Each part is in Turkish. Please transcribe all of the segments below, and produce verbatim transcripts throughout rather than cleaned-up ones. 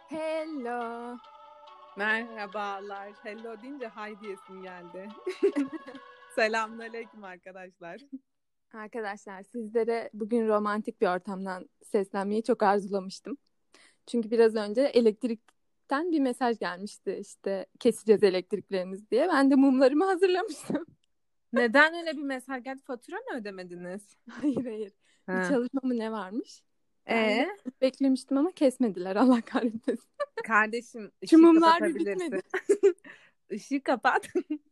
Hello. Merhabalar. Hello deyince hay diyesim geldi. Selamünaleyküm arkadaşlar. Arkadaşlar sizlere bugün romantik bir ortamdan seslenmeyi çok arzulamıştım. Çünkü biraz önce elektrikten bir mesaj gelmişti, işte keseceğiz elektriklerinizi diye. Ben de mumlarımı hazırlamıştım. Neden öyle bir mesaj geldi? Fatura mı ödemediniz? Hayır hayır. Bir Ha. çalışma mı ne varmış? Ben de Ee, beklemiştim ama kesmediler, Allah kahretmesin. kardeşim Şu ışığı mumlar bir bitmedi. kapatabilirsin. Işığı kapat.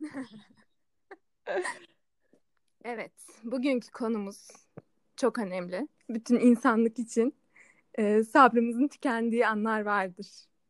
Evet, bugünkü konumuz çok önemli. Bütün insanlık için e, sabrımızın tükendiği anlar vardır.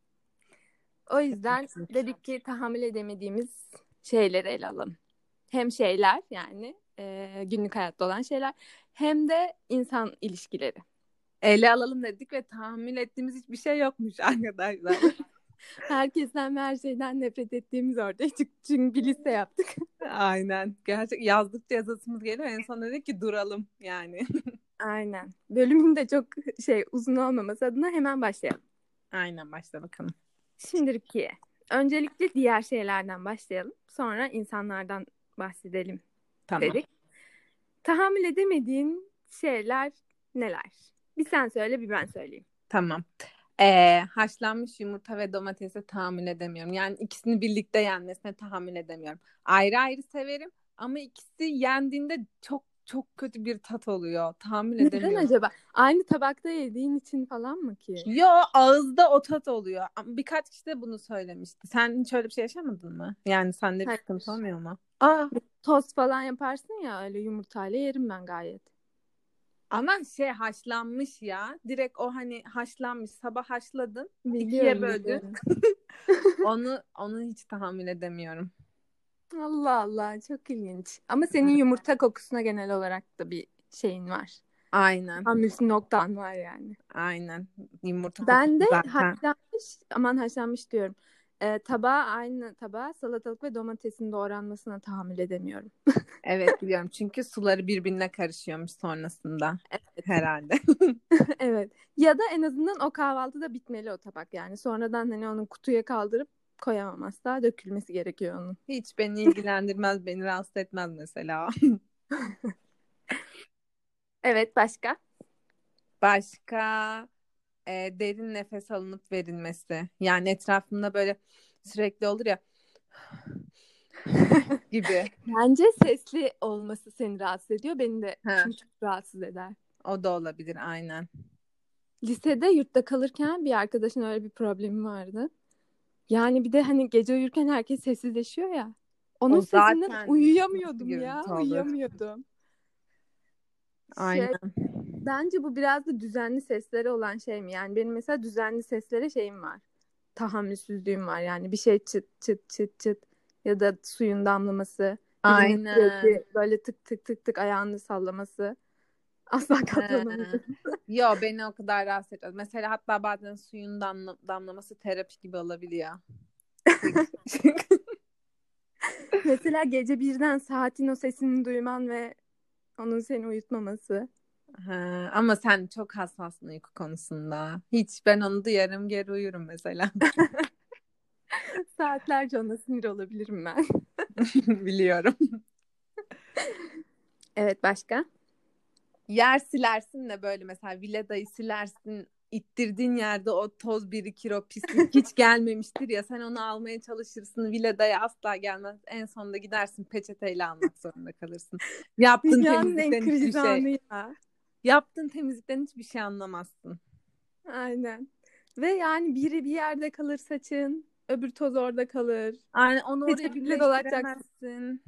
O yüzden dedik ki tahammül edemediğimiz şeyleri ele alalım. Hem şeyler, yani e, günlük hayatta olan şeyler, hem de insan ilişkileri. Ele alalım dedik ve tahammül ettiğimiz hiçbir şey yokmuş arkadaşlar. Herkesten ve her şeyden nefret ettiğimiz ortaya çıktı. Çünkü bir liste yaptık. Aynen. Gerçek yazdıkça yazasımız geliyor. En son dedik ki duralım yani. Aynen. Bölümün de çok şey uzun olmaması adına hemen başlayalım. Aynen, başla bakalım. Şimdiki öncelikle diğer şeylerden başlayalım. Sonra insanlardan bahsedelim Tamam. dedik. Tahammül edemediğin şeyler neler? Bir sen söyle, bir ben söyleyeyim. Tamam. Ee, haşlanmış yumurta ve domatese tahammül edemiyorum. Yani ikisini birlikte yenmesine tahammül edemiyorum. Ayrı ayrı severim ama ikisi yendiğinde çok çok kötü bir tat oluyor. Tahammül Neden edemiyorum. acaba? Aynı tabakta yediğin için falan mı ki? Yo, ağızda o tat oluyor. Ama birkaç kişi de bunu söylemişti. Sen hiç öyle bir şey yaşamadın mı? Yani sende bir Hayır. sıkıntı olmuyor mu? Aa, Tost falan yaparsın ya, öyle yumurtayla yerim ben gayet. ama şey haşlanmış ya. Direkt o hani haşlanmış. Sabah haşladın. ikiye Biliyorum, böldün. biliyorum. Onu onu hiç tahammül edemiyorum. Allah Allah, çok ilginç. Ama senin yumurta kokusuna genel olarak da bir şeyin var. Aynen. Hamilsin noktan var yani. Aynen. Yumurta kokusu Ben de zaten. haşlanmış, aman haşlanmış diyorum. Ee, tabağa aynı tabağa salatalık ve domatesin doğranmasına tahammül edemiyorum. Evet, biliyorum. Çünkü suları birbirine karışıyormuş sonrasında. Evet. Herhalde. Evet. Ya da en azından o kahvaltıda bitmeli o tabak yani. Sonradan hani onu kutuya kaldırıp koyamam asla. Dökülmesi gerekiyor onun. Hiç beni ilgilendirmez, beni rahatsız etmez mesela. Evet, başka? Başka e, derin nefes alınıp verilmesi. Yani etrafımda böyle sürekli olur ya gibi. Bence sesli olması seni rahatsız ediyor. Beni de Ha, çünkü çok rahatsız eder. o da olabilir aynen. Lisede yurtta kalırken bir arkadaşın öyle bir problemi vardı. Yani bir de hani gece uyurken herkes sessizleşiyor ya. Onun O sesinden zaten nasıl uyuyamıyordum ya. gürültü olur. Uyuyamıyordum. Şey, Aynen. bence bu biraz da düzenli sesleri olan şey mi? Yani benim mesela düzenli seslere şeyim var. Tahammülsüzlüğüm var. Yani bir şey çıt çıt çıt çıt ya da suyun damlaması, birinin Aynen. sürekli böyle tık tık tık tık ayağını sallaması. Asla He. katlanamıyorum. Yo, beni o kadar rahatsız etmez. Mesela hatta bazen suyun damla, damlaması terapi gibi olabiliyor. Mesela gece birden saatin o sesini duyman ve onun seni uyutmaması. Ha, ama sen çok hassassın uyku konusunda. Hiç, ben onu duyarım geri uyurum mesela. Saatlerce ona sinir olabilirim ben. Biliyorum. Evet, başka? Yer silersin de böyle mesela villadayı silersin. İttirdiğin yerde o toz birikir, o pislik hiç gelmemiştir ya, sen onu almaya çalışırsın, villadaya asla gelmez, en sonunda gidersin peçeteyle almak zorunda kalırsın. Yaptığın Dünyanın en temizlikten hiçbir kriz şey anı ya. yaptığın temizlikten hiçbir şey anlamazsın. Aynen. Ve yani biri bir yerde kalır saçın, öbür toz orada kalır. Yani onu oraya Peçeteyle dolatacaksın. birleştiremezsin.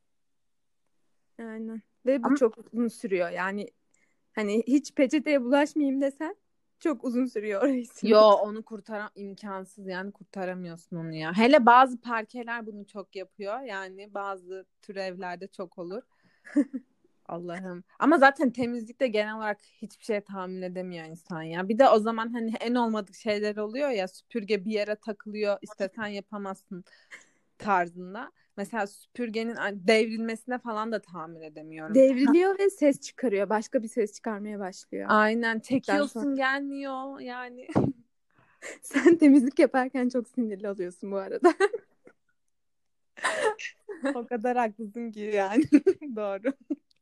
Aynen. Ve bu Ama çok uzun sürüyor. Yani hani hiç peçeteye bulaşmayayım desen çok uzun sürüyor orayı yo, silmek. onu kurtaran imkansız, yani kurtaramıyorsun onu ya. Hele bazı parkeler bunu çok yapıyor. Yani bazı türevlerde çok olur. Allah'ım. Ama zaten temizlikte genel olarak hiçbir şeye tahammül edemiyor insan ya. Bir de o zaman hani en olmadık şeyler oluyor ya, süpürge bir yere takılıyor, istesen yapamazsın tarzında. Mesela süpürgenin devrilmesine falan da tahammül edemiyorum. Devriliyor ve ses çıkarıyor. Başka bir ses çıkarmaya başlıyor. Aynen, Daha sonra. çekiyorsun gelmiyor yani. Sen temizlik yaparken çok sinirli oluyorsun bu arada. O kadar haklısın ki yani. Doğru.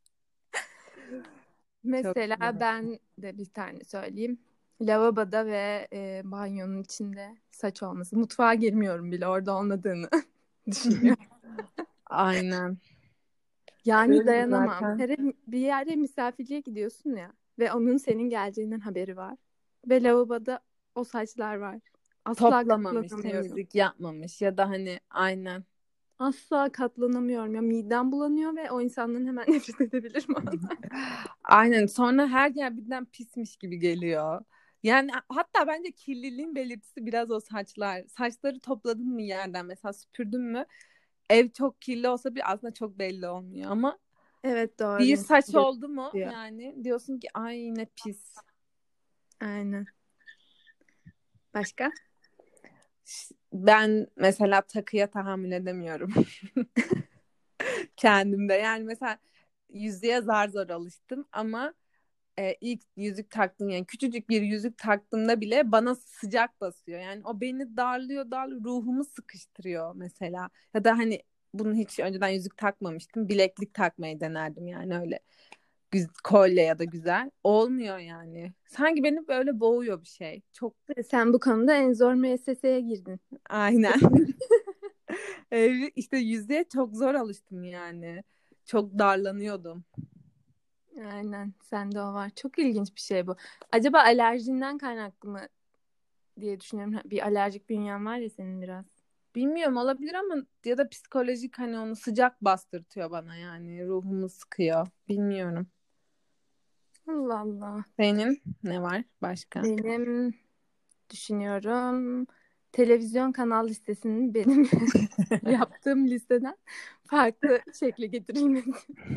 Çok Mesela güzel. ben de bir tane söyleyeyim. Lavaboda ve e, banyonun içinde saç olması. Mutfağa girmiyorum bile orada olmadığını düşünüyorum. Aynen. Yani Öyle dayanamam. zaten. Her bir yerde misafirliğe gidiyorsun ya ve onun senin geleceğinden haberi var. Ve lavaboda o saçlar var. Asla Toplamamış, katlanamıyorum. temizlik yapmamış ya da hani aynen. Asla katlanamıyorum. Ya midem bulanıyor ve o insanların hemen nefret edebilirim ondan. Aynen. Sonra her yer birden pismiş gibi geliyor. Yani hatta bence kirliliğin belirtisi biraz o saçlar. Saçları topladın mı yerden mesela süpürdün mü? Ev çok kirli olsa bir aslında çok belli olmuyor ama Evet doğru. bir İnsan saç oldu mu gözüküyor. yani diyorsun ki ay ne pis. Aynen. Başka? Ben mesela takıya tahammül edemiyorum kendimde. Yani mesela yüzüğe zar zor alıştım ama e, ilk yüzük taktım yani küçücük bir yüzük taktığımda bile bana sıcak basıyor. Yani o beni darlıyor, darlıyor, ruhumu sıkıştırıyor mesela. Ya da hani bunu hiç önceden yüzük takmamıştım. Bileklik takmayı denerdim yani öyle. Güz- kolye ya da güzel. Olmuyor yani. Sanki beni böyle boğuyor bir şey. Çok Sen bu konuda en zor müesseseye girdin. aynen. Evli, işte yüzüğe çok zor alıştım yani. Çok darlanıyordum. Aynen. Sende o var. Çok ilginç bir şey bu. Acaba alerjinden kaynaklı mı diye düşünüyorum. Bir alerjik bünyen var ya senin biraz. Bilmiyorum olabilir ama ya da psikolojik hani onu sıcak bastırtıyor bana yani ruhumu sıkıyor. Bilmiyorum. Allah Allah. Senin ne var başka? Benim düşünüyorum. Televizyon kanal listesinin benim yaptığım listeden farklı şekle getirilmesi.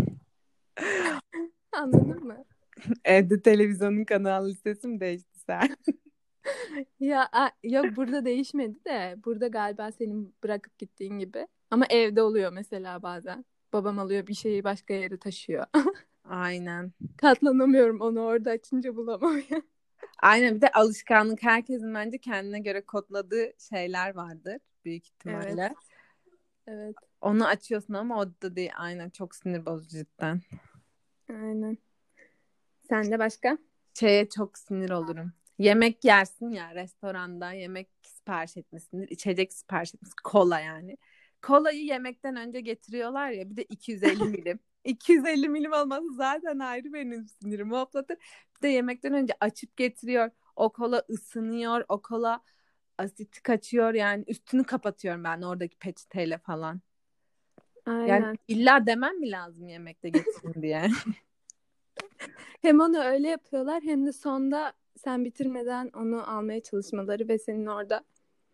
Anladın mı? Evde televizyonun kanal listesi mi değişti sen? Ya a- yok burada değişmedi de burada galiba senin bırakıp gittiğin gibi. Ama evde oluyor mesela bazen. Babam alıyor bir şeyi başka yere taşıyor. Aynen. Katlanamıyorum onu orada açınca bulamam. Aynen bir de alışkanlık herkesin bence kendine göre kodladığı şeyler vardır büyük Evet, ihtimalle. evet, Onu açıyorsun ama o da değil. Aynen çok sinir bozucu cidden. aynen. Sen de başka? Şeye çok sinir olurum. Yemek yersin ya restoranda yemek sipariş etmişsindir. İçecek sipariş etmişsin. Kola yani. Kolayı yemekten önce getiriyorlar ya bir de iki yüz elli milim. iki yüz elli milim olması zaten ayrı benim sinirimi hoplatır. Bir de yemekten önce açıp getiriyor. O kola ısınıyor. O kola asiti kaçıyor yani üstünü kapatıyorum ben oradaki peçeteyle falan. Yani Aynen. illa demem mi lazım yemekte getirin diye. Hem onu öyle yapıyorlar hem de sonda sen bitirmeden onu almaya çalışmaları ve senin orada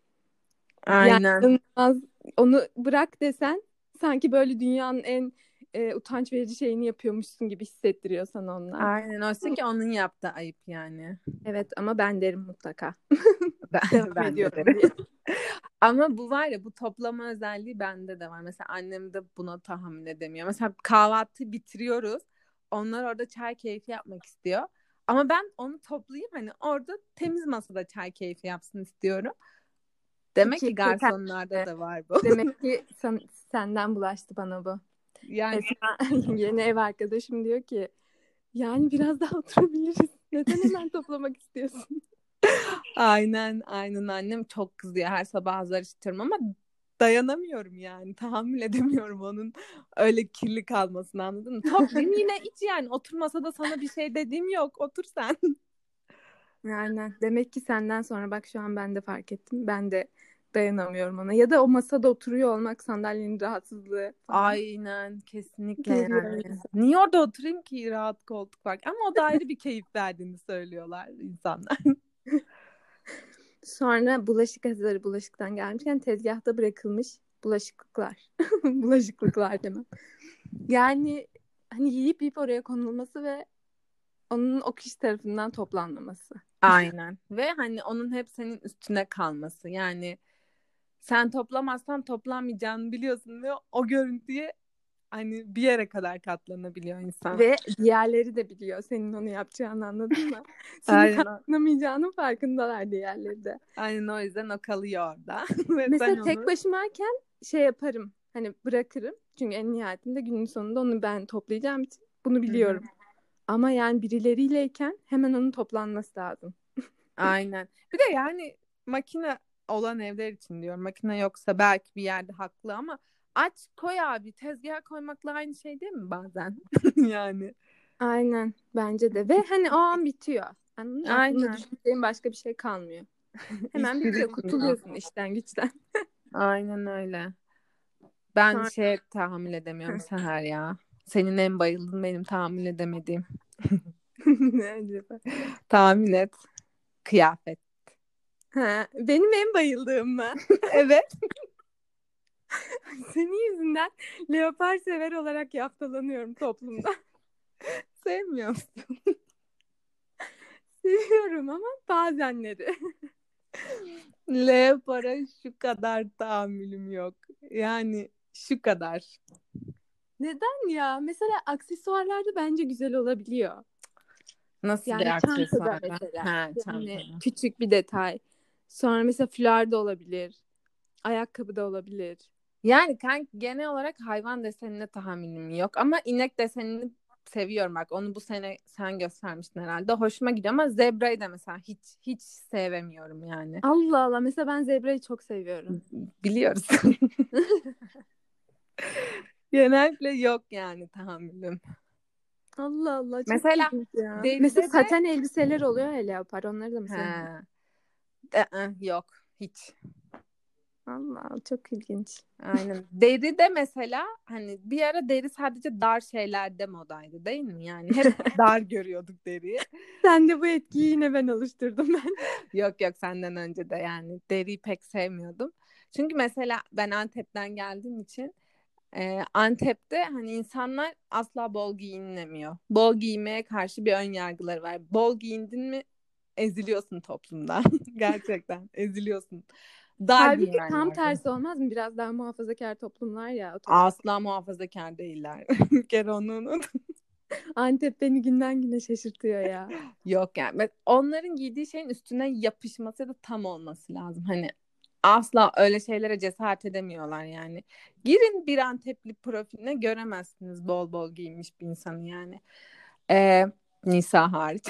yani Aynen. inanılmaz onu bırak desen sanki böyle dünyanın en e, utanç verici şeyini yapıyormuşsun gibi hissettiriyor sana onlar. Aynen. Oysa ki onun yaptığı ayıp yani. Evet ama ben derim mutlaka. Ben, Devam ben de ediyorum derim. diye. Ama bu var ya bu toplama özelliği bende de var. Mesela annem de buna tahammül edemiyor. Mesela kahvaltı bitiriyoruz. Onlar orada çay keyfi yapmak istiyor. Ama ben onu toplayayım hani orada temiz masada çay keyfi yapsın istiyorum. Demek İki ki yeter. garsonlarda da var bu. Demek ki sen, senden bulaştı bana bu. Yani Esma yeni ev arkadaşım diyor ki yani biraz daha oturabiliriz. Neden hemen toplamak istiyorsun? aynen aynen annem çok kızıyor her sabah azar işitiyorum ama dayanamıyorum yani tahammül edemiyorum onun öyle kirli kalmasını anladın mı? Toplayayım yine iç yani oturmasa da sana bir şey dediğim yok otur sen. Aynen. Demek ki senden sonra bak şu an ben de fark ettim. Ben de dayanamıyorum ona. Ya da o masada oturuyor olmak sandalyenin rahatsızlığı falan Aynen kesinlikle geliyor yani. insan. Niye orada oturayım ki rahat koltuk var ama o da ayrı bir keyif verdiğini söylüyorlar insanlar. Sonra bulaşık hazırı bulaşıktan gelmişken tezgahta bırakılmış bulaşıklıklar. Bulaşıklıklar demem. Yani hani yiyip yiyip oraya konulması ve onun o kişi tarafından toplanmaması. Aynen ve hani onun hep senin üstüne kalması yani sen toplamazsan toplanmayacağını biliyorsun ve o görüntüyü hani bir yere kadar katlanabiliyor insan. Ve diğerleri de biliyor senin onu yapacağını, anladın mı? Senin Aynen. katlanamayacağının farkındalar diğerleri de. Aynen, o yüzden o kalıyor orada. Ve Mesela sen tek onu... başımayken şey yaparım. Hani bırakırım. Çünkü en nihayetinde günün sonunda onu ben toplayacağım için bunu biliyorum. Hı hı. Ama yani birileriyleyken hemen onun toplanması lazım. Aynen. Bir de yani makine olan evler için diyorum. Makine yoksa belki bir yerde haklı ama aç koy abi. Tezgaha koymakla aynı şey değil mi bazen? Yani. Aynen, bence de. Ve hani o an bitiyor. Anladın mı? Aklında Aynen. düşündüğün başka bir şey kalmıyor. Hemen İş bitiyor. birikmiyor. Kurtuluyorsun işten güçten. Aynen öyle. Ben Sonra şey tahammül edemiyorum Seher ya. Senin en bayıldın, benim tahammül edemediğim. ne acaba? Tahmin et. Kıyafet. Ha, benim en bayıldığım mı? Evet. Senin yüzünden leopar sever olarak yaftalanıyorum toplumda. Sevmiyor musun? Seviyorum ama bazenleri. Leopara şu kadar tahammülüm yok. Yani şu kadar. Neden ya? Mesela aksesuarlarda bence güzel olabiliyor. Nasıl bir Yani çantada aksesuarda? mesela. Ha, Yani çantada. küçük bir detay. Sonra mesela fular da olabilir. Ayakkabı da olabilir. Yani kanka genel olarak hayvan desenine tahammülüm yok. Ama inek desenini seviyorum bak. Onu bu sene sen göstermiştin herhalde. Hoşuma gidiyor ama zebrayı da mesela hiç hiç sevemiyorum yani. Allah Allah. Mesela ben zebrayı çok seviyorum. Biliyoruz. Genellikle yok yani tahammülüm. Allah Allah, çok Mesela ilginç ya. Mesela deride de saten elbiseler oluyor ya, leopar. Onları da mı sevmiyorsun? ha, ı-ı, yok hiç. Allah, çok ilginç. Aynen. Deri de mesela hani bir ara deri sadece dar şeylerde modaydı değil mi? Yani hep dar görüyorduk deriyi. Sen de bu etkiyi yine ben oluşturdum ben. Yok yok, senden önce de yani deriyi pek sevmiyordum. Çünkü mesela ben Antep'ten geldiğim için e, Antep'te hani insanlar asla bol giyinemiyor. Bol giymeye karşı bir ön yargıları var. Bol giyindin mi eziliyorsun toplumda. Gerçekten eziliyorsun. Dar Halbuki giymen tam lazım. tersi olmaz mı? Biraz daha muhafazakar toplumlar ya o taraf. Asla muhafazakar değiller. Bir kere onu unut. Antep beni günden güne şaşırtıyor ya. Yok yani. Ve onların giydiği şeyin üstüne yapışması ya da tam olması lazım. Hani asla öyle şeylere cesaret edemiyorlar yani. Girin bir Antepli profiline, göremezsiniz bol bol giyinmiş bir insanı yani. Ee, Nisa hariç.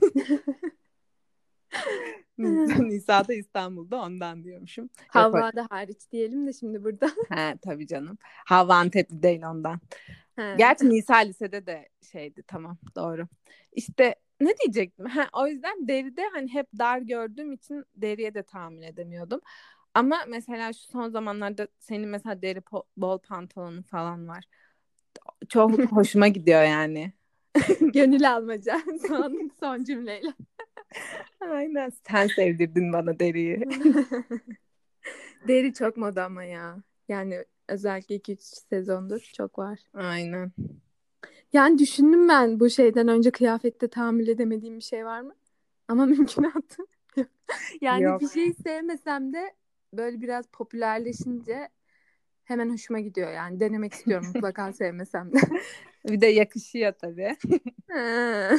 Nisa, Nisa da İstanbul'da, ondan diyormuşum. Yok o. Havva da hariç diyelim de şimdi burada. He, tabii canım. Havva Antepli değil ondan. He. Gerçi Nisa lisede de şeydi, tamam doğru. İşte ne diyecektim? Ha, o yüzden deride hani hep dar gördüğüm için deriye de tahammül edemiyordum. Ama mesela şu son zamanlarda senin mesela deri po- bol pantolonun falan var. Çok hoşuma gidiyor yani. Gönül almaca. Son, son cümleyle. Aynen, sen sevdirdin bana deriyi. Deri çok moda ama ya. Yani özellikle iki üç sezondur çok var. Aynen. Yani düşündüm, ben bu şeyden önce kıyafette tahammül edemediğim bir şey var mı? Ama mümkünatı yok. Yani bir Yok. şey sevmesem de böyle biraz popülerleşince hemen hoşuma gidiyor yani. Denemek istiyorum mutlaka sevmesem de. Bir de yakışıyor tabii. Ha.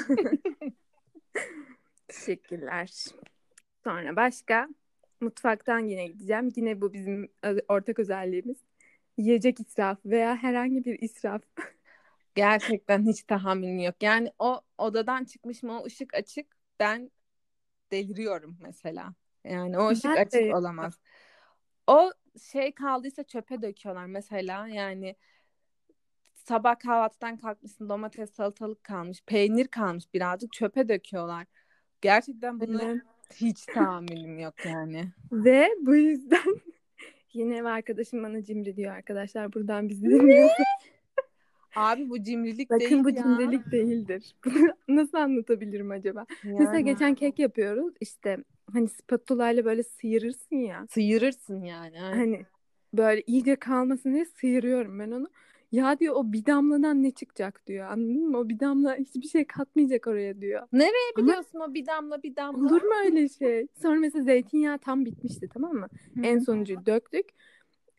Teşekkürler. Sonra başka? Mutfaktan yine gideceğim. Yine bu bizim ö- ortak özelliğimiz. Yiyecek israfı veya herhangi bir israf. Gerçekten hiç tahammülüm yok. Yani o odadan çıkmışım, o ışık açık, ben deliriyorum mesela. Yani o ışık Ben açık de olamaz. O şey kaldıysa çöpe döküyorlar mesela. Yani sabah kahvaltıdan kalkmışsın, domates, salatalık kalmış, peynir kalmış, birazcık çöpe döküyorlar. Gerçekten bunu aynen. hiç tahammülüm yok yani. Ve bu yüzden yine ev arkadaşım bana cimri diyor arkadaşlar. Buradan bizi Ne? dinliyorsa. Abi bu cimrilik Bakın, değil bu ya. cimrilik değildir. Bunu nasıl anlatabilirim acaba? Mesela Yani geçen kek yapıyoruz. İşte hani spatula ile böyle sıyırırsın ya. sıyırırsın yani. Aynen. Hani böyle iyice kalmasın diye sıyırıyorum ben onu. Ya diyor, o bir damladan ne çıkacak diyor. Anladın mı? O bir damla hiçbir şey katmayacak oraya diyor. Nereye Ama biliyorsun o bir damla bir damla? olur mu öyle şey? Sonra mesela zeytinyağı tam bitmişti, tamam mı? Hı En hı. sonuncuyu döktük.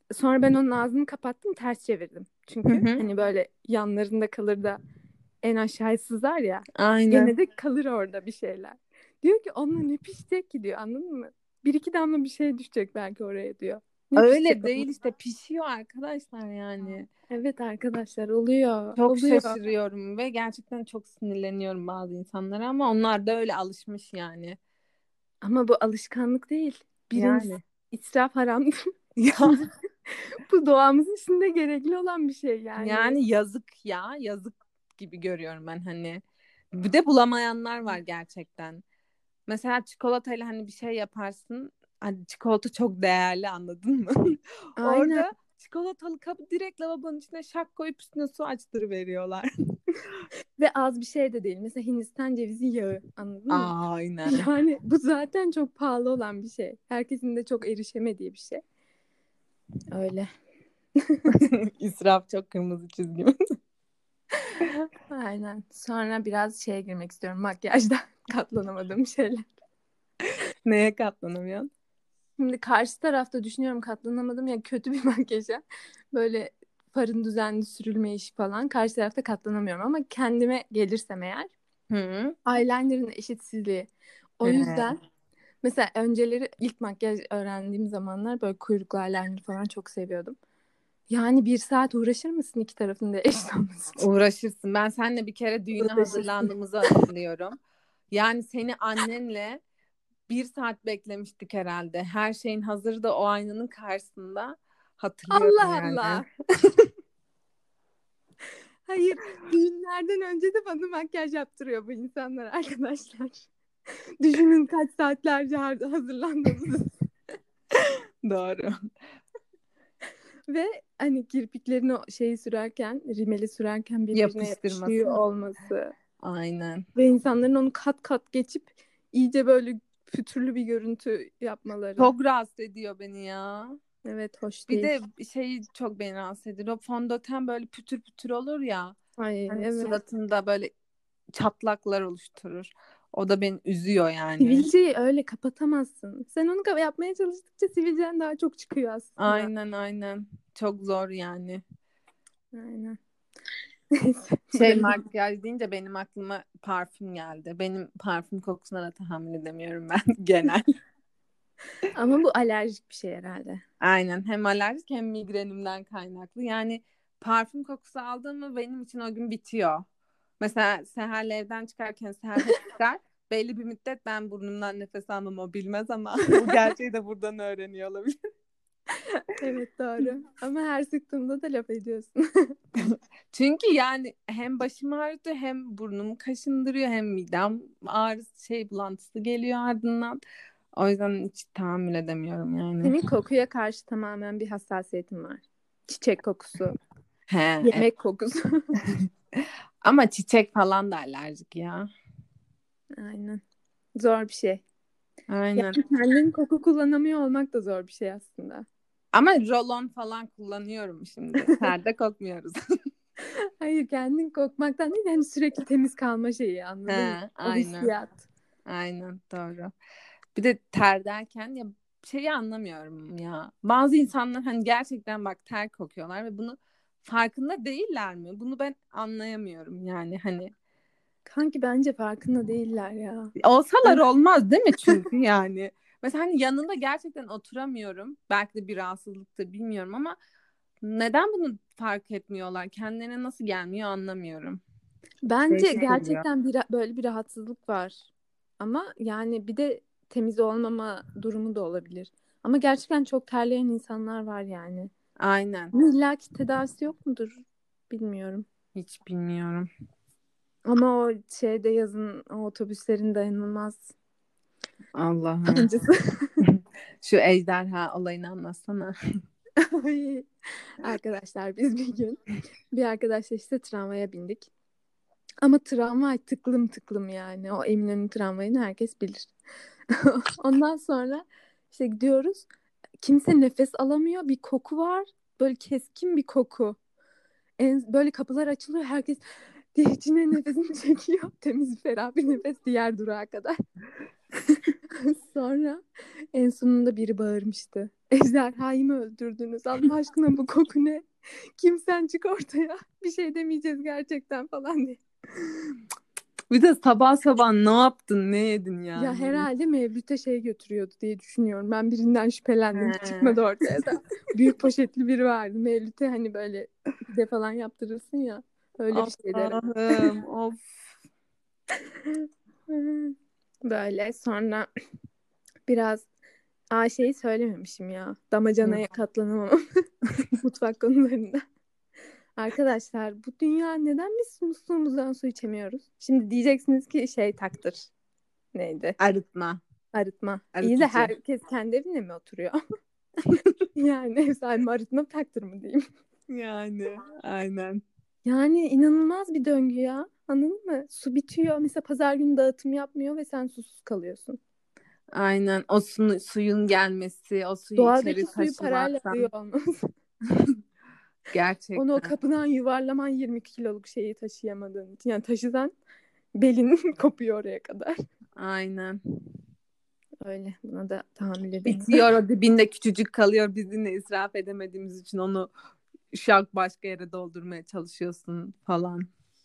Sonra ben onun ağzını kapattım, ters çevirdim. Hı Çünkü hı. hani böyle yanlarında kalır da en aşağıya sızar ya. Aynen. Gene de kalır orada bir şeyler. Diyor ki onunla ne pişecek ki diyor, anladın mı? Bir iki damla bir şey düşecek belki oraya diyor. Ne Öyle pişecek onunla? değil işte, pişiyor arkadaşlar yani. Evet arkadaşlar, oluyor. Çok Oluyor. şaşırıyorum ve gerçekten çok sinirleniyorum bazı insanlara, ama onlar da öyle alışmış yani. Ama bu alışkanlık değil. Birincisi Yani. israf haramdır. Ya İkincisi bu doğamızın içinde gerekli olan bir şey yani. yani yazık ya, yazık gibi görüyorum ben hani. Bir de bulamayanlar var gerçekten. Mesela çikolatayla hani bir şey yaparsın. Hani çikolata çok değerli, anladın mı? Aynen. Orada çikolatalı kabı direkt lavabonun içine şak koyup üstüne su açtırıveriyorlar. Ve az bir şey de değil. Mesela Hindistan cevizi yağı, anladın mı? Aynen. Yani bu zaten çok pahalı olan bir şey. Herkesin de çok erişemediği bir şey. Öyle. İsraf çok kırmızı çizgim. Aynen. Sonra biraz şeye girmek istiyorum. Makyajda katlanamadığım şeyler. Neye katlanamıyorsun? Şimdi karşı tarafta düşünüyorum, katlanamadım ya kötü bir makyaja. Böyle farın düzenli sürülme işi falan. Karşı tarafta katlanamıyorum ama kendime gelirsem eğer, Hı. eyeliner'ın eşitsizliği. O He. yüzden mesela önceleri ilk makyaj öğrendiğim zamanlar böyle kuyruklu eyeliner falan çok seviyordum. Yani bir saat uğraşır mısın iki tarafında eşit olması için? Uğraşırsın. Ben seninle bir kere düğüne Uğraşırsın. hazırlandığımızı hatırlıyorum. Yani seni annenle bir saat beklemiştik herhalde. Her şeyin hazırdı o aynanın karşısında. Hatırlıyorum Allah yani. Allah. Hayır, düğünlerden önce de bana makyaj yaptırıyor bu insanlar arkadaşlar. Düşünün kaç saatlerce har- hazırlandığımızı. Doğru. Ve hani kirpiklerini o şeyi sürerken, rimeli sürerken birbirine yapışıyor Yapıştırması. olması. Aynen. Ve insanların onu kat kat geçip iyice böyle pütürlü bir görüntü yapmaları. Çok rahatsız ediyor beni ya. Evet, hoş Bir değil. de şey çok beni rahatsız ediyor. O fondöten böyle pütür pütür olur ya. Ay Hani evet. suratında böyle çatlaklar oluşturur. O da beni üzüyor yani. Sivilceyi öyle kapatamazsın. Sen onu ka- yapmaya çalıştıkça sivilcen daha çok çıkıyor aslında. Aynen aynen. Çok zor yani. Aynen. Neyse, Şey, burayı. makyaj deyince benim aklıma parfüm geldi. Benim parfüm kokusuna da tahammül edemiyorum ben genel. Ama bu alerjik bir şey herhalde. Aynen, hem alerjik hem migrenimden kaynaklı. Yani parfüm kokusu aldığım mı benim için o gün bitiyor. Mesela Seher'le evden çıkarken Seher hep çıkar. Belli bir müddet ben burnumdan nefes almam, o bilmez ama bu gerçeği de buradan öğreniyor olabilir. Evet, doğru. Ama her sıktığımda da laf ediyorsun. Çünkü yani hem başım ağrıtıyor, hem burnumu kaşındırıyor, hem midem ağrısı, şey, bulantısı geliyor ardından. O yüzden hiç tahammül edemiyorum yani. Senin kokuya karşı tamamen bir hassasiyetin var. Çiçek kokusu, He, e- yemek kokusu. ama çiçek falan da alerjik ya. Aynen. Zor bir şey. Aynen. Yani kendin koku kullanamıyor olmak da zor bir şey aslında. Ama rolon falan kullanıyorum şimdi. Perde kokmuyoruz. Hayır, kendin kokmaktan değil, hani sürekli temiz kalma şeyi, He, anladın mı? O aynen. hissiyat. Aynen, doğru. Bir de ter derken ya, şeyi anlamıyorum ya. Bazı insanlar hani gerçekten bak ter kokuyorlar ve bunu farkında değiller mi? Bunu ben anlayamıyorum yani hani. Kanki bence farkında değiller ya. Olsalar Ben olmaz değil mi çünkü yani. Mesela hani yanında gerçekten oturamıyorum. Belki de bir rahatsızlıktır, bilmiyorum, ama neden bunu fark etmiyorlar? Kendilerine nasıl gelmiyor anlamıyorum. bence Değişik geliyor. gerçekten bir böyle bir rahatsızlık var. Ama yani bir de temiz olmama durumu da olabilir. Ama gerçekten çok terleyen insanlar var yani. Aynen. Ama illaki tedavisi yok mudur? Bilmiyorum. Hiç bilmiyorum. Ama o şeyde yazın o otobüslerin dayanılmaz Allah'ım. sancısı. Şu ejderha olayını anlatsana. Ay. Arkadaşlar biz bir gün bir arkadaşla işte tramvaya bindik. Ama tramvay tıklım tıklım yani. O Eminönü tramvayını herkes bilir. Ondan sonra işte gidiyoruz. Kimse nefes alamıyor. Bir koku var. Böyle keskin bir koku. En, böyle kapılar açılıyor. Herkes diye içine nefesini çekiyor. Temiz ferah bir nefes diğer durağa kadar. Sonra en sonunda biri bağırmıştı. Ejderhayı mı öldürdünüz? Allah aşkına bu koku ne? Kimsen çık ortaya. Bir şey demeyeceğiz gerçekten falan diye. Bir de sabah sabah ne yaptın, ne yedin yani? Ya herhalde Mevlüt'e şey götürüyordu diye düşünüyorum. Ben birinden şüphelendim. He. Çıkmadı ortaya da. Büyük poşetli biri vardı. Mevlüt'e hani böyle pide falan yaptırırsın ya. Öyle bir şeydi herhalde. Allah'ım of. Böyle sonra biraz Aa şeyi söylememişim ya. Damacanaya katlanamam. Mutfak konularında. Arkadaşlar bu dünya neden biz musluğumuzdan su içemiyoruz? Şimdi diyeceksiniz ki şey taktır. Neydi? Arıtma. Arıtma. İyi de Arıtıcı. herkes kendi evinde mi oturuyor? Yani ev sahibi arıtma taktır mı diyeyim? Yani aynen. Yani inanılmaz bir döngü ya. Anladın mı? Su bitiyor. Mesela pazar günü dağıtım yapmıyor ve sen susuz kalıyorsun. Aynen. O su, suyun gelmesi, o suyu Doğadaki içeri suyu parayla alıyor taşımaktan. olmamız. Onu o Gerçekten. kapıdan yuvarlaman yirmi kiloluk şeyi taşıyamadığın için. Yani taşısan belin kopuyor oraya kadar. Aynen. Öyle. Buna da tahammül edemiyorum. Bitiyor, o dibinde küçücük kalıyor. Biz yine israf edemediğimiz için onu şak başka yere doldurmaya çalışıyorsun falan.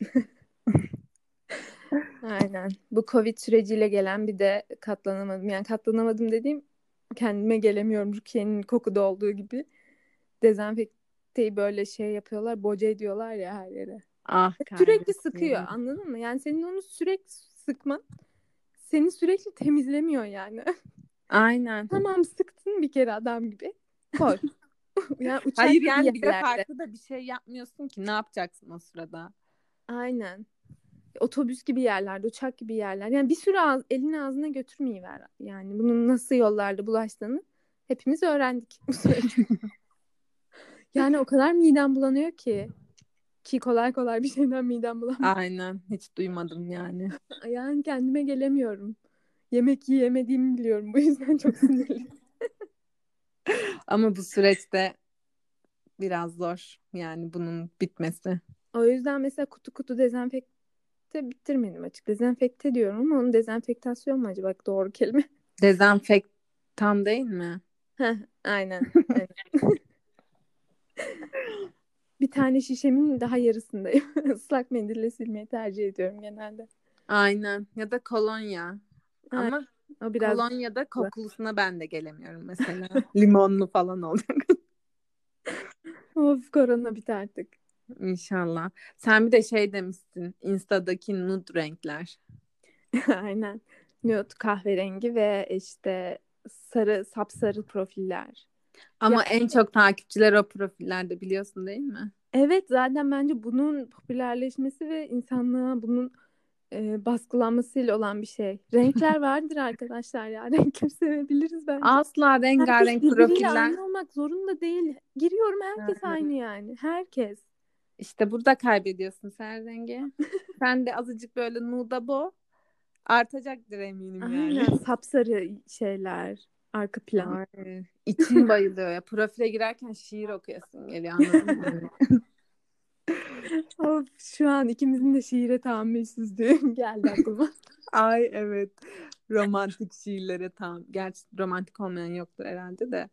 Aynen. Bu Covid süreciyle gelen bir de katlanamadım. Yani katlanamadım dediğim kendime gelemiyorum. Rukiye'nin kokuda olduğu gibi. Dezenfekteyi böyle şey yapıyorlar. Boca ediyorlar ya her yere. Ah Sürekli sıkıyor. kardeşim. Anladın mı? Yani senin onu sürekli sıkman seni sürekli temizlemiyor yani. Aynen. Tamam sıktın bir kere adam gibi. Koy. Yani uçak Hayır gibi yani bir de yerlerde. farklı da bir şey yapmıyorsun ki. Ne yapacaksın o sırada? Aynen. Otobüs gibi yerlerde, uçak gibi yerler. Yani bir sürü ağız, elini ağzına götürmeyiver. Yani bunun nasıl yollarda bulaştığını hepimiz öğrendik bu süreçte. Yani o kadar midem bulanıyor ki. Ki kolay kolay bir şeyden midem bulanmıyor. Aynen. Hiç duymadım yani. Yani kendime gelemiyorum. Yemek yiyemediğimi biliyorum. Bu yüzden çok sinirliyim. Ama bu süreçte biraz zor yani bunun bitmesi. O yüzden mesela kutu kutu dezenfekte bitirmedim açık. Dezenfekte diyorum ama onun dezenfektasyon mu acaba doğru kelime? Dezenfektan değil mi? Heh, aynen. Aynen. Bir tane şişemin daha yarısındayım. Islak mendille silmeyi tercih ediyorum genelde. Aynen. Ya da kolonya. Aynen. Ama O biraz kolonyada kokulusuna ben de gelemiyorum mesela. Limonlu falan olacak. of korona bit artık. İnşallah. Sen bir de şey demişsin. Insta'daki nude renkler. Aynen. Nude kahverengi ve işte sarı sapsarı profiller. Ya Ama en çok takipçiler o profillerde biliyorsun değil mi? evet zaten bence bunun popülerleşmesi ve insanlığa bunun e, baskılanmasıyla olan bir şey. Renkler vardır arkadaşlar ya. Renkleri sevebiliriz bence. Asla Herkes rengarenk birbiriyle profiller. aynı olmak zorunda değil. Giriyorum herkes Aynen. aynı yani. Herkes. İşte burada kaybediyorsun sen rengi. Sen de azıcık böyle nuda bo artacaktır eminim yani. Aynen sapsarı şeyler. Arka plan. Ay, içim bayılıyor ya. Profile girerken şiir okuyasın geliyor anladın mı? Of, şu an ikimizin de şiire tahammülsüzlüğü geldi aklıma. Ay evet. Romantik şiirlere tam. Gerçi romantik olmayan yoktur herhalde de.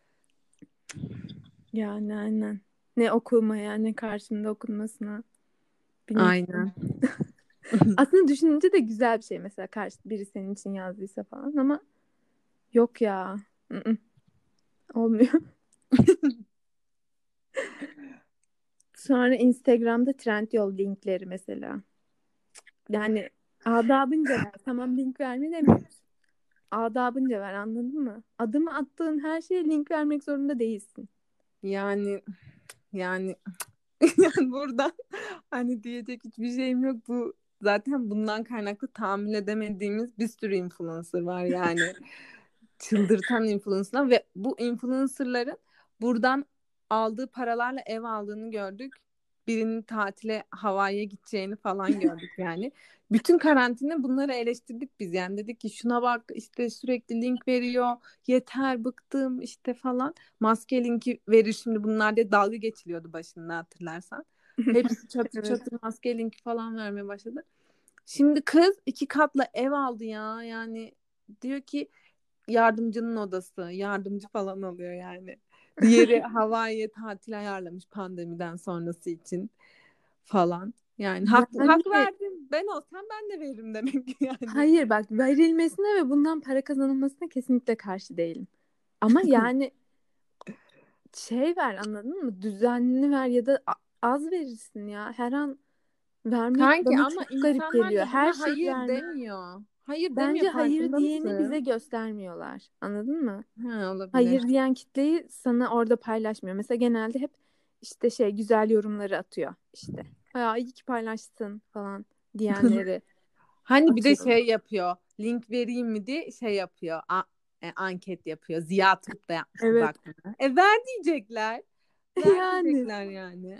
Yani aynen. Ne okumaya ne karşımda okunmasına. Bilmiyorum. Aynen. Aslında düşününce de güzel bir şey mesela karşı biri senin için yazdıysa falan ama yok ya. Mm-mm. Olmuyor. Sonra Instagram'da Trendyol linkleri mesela. Yani adabınca ver. Tamam link verme demiyoruz. Adabınca ver anladın mı? Adımı attığın her şeye link vermek zorunda değilsin. Yani yani yani burada hani diyecek hiçbir şeyim yok. Bu zaten bundan kaynaklı tahammül edemediğimiz bir sürü influencer var yani. Çıldırtan influencerlar ve bu influencerların buradan aldığı paralarla ev aldığını gördük. Birinin tatile Hawaii'ye gideceğini falan gördük yani. Bütün karantina bunları eleştirdik biz yani. Dedik ki şuna bak işte sürekli link veriyor. Yeter bıktım işte falan. Maske linki verir şimdi bunlar diye dalga geçiliyordu başında hatırlarsan. Hepsi çatır Evet. çatır maske linki falan vermeye başladı. Şimdi kız iki katlı ev aldı ya. Yani diyor ki yardımcının odası. Yardımcı falan oluyor yani. Diğeri Hawaii'ye tatil ayarlamış pandemiden sonrası için falan. Yani hak, hak Yani verdim. Ben olsam ben de veririm demek ki yani. hayır bak, verilmesine ve bundan para kazanılmasına kesinlikle karşı değilim. Ama yani şey ver, anladın mı? Düzenli ver ya da a- az verirsin ya. Her an vermek Kanki bana ama çok garip insanlar geliyor. da Her buna şeyi hayır vermek. demiyor. Hayır demiyor, Bence hayır farkında diyeni bize mısın? göstermiyorlar. Anladın mı? Ha, olabilir. Hayır diyen kitleyi sana orada paylaşmıyor. Mesela genelde hep işte şey güzel yorumları atıyor. İşte ya iyi ki paylaştın falan diyenleri Hani bir de atıyor. şey yapıyor. Link vereyim mi diye şey yapıyor. A- e, anket yapıyor. Ziya Turp da yapmıştı Evet. bak buna. E ver diyecekler. Ver Yani diyecekler yani.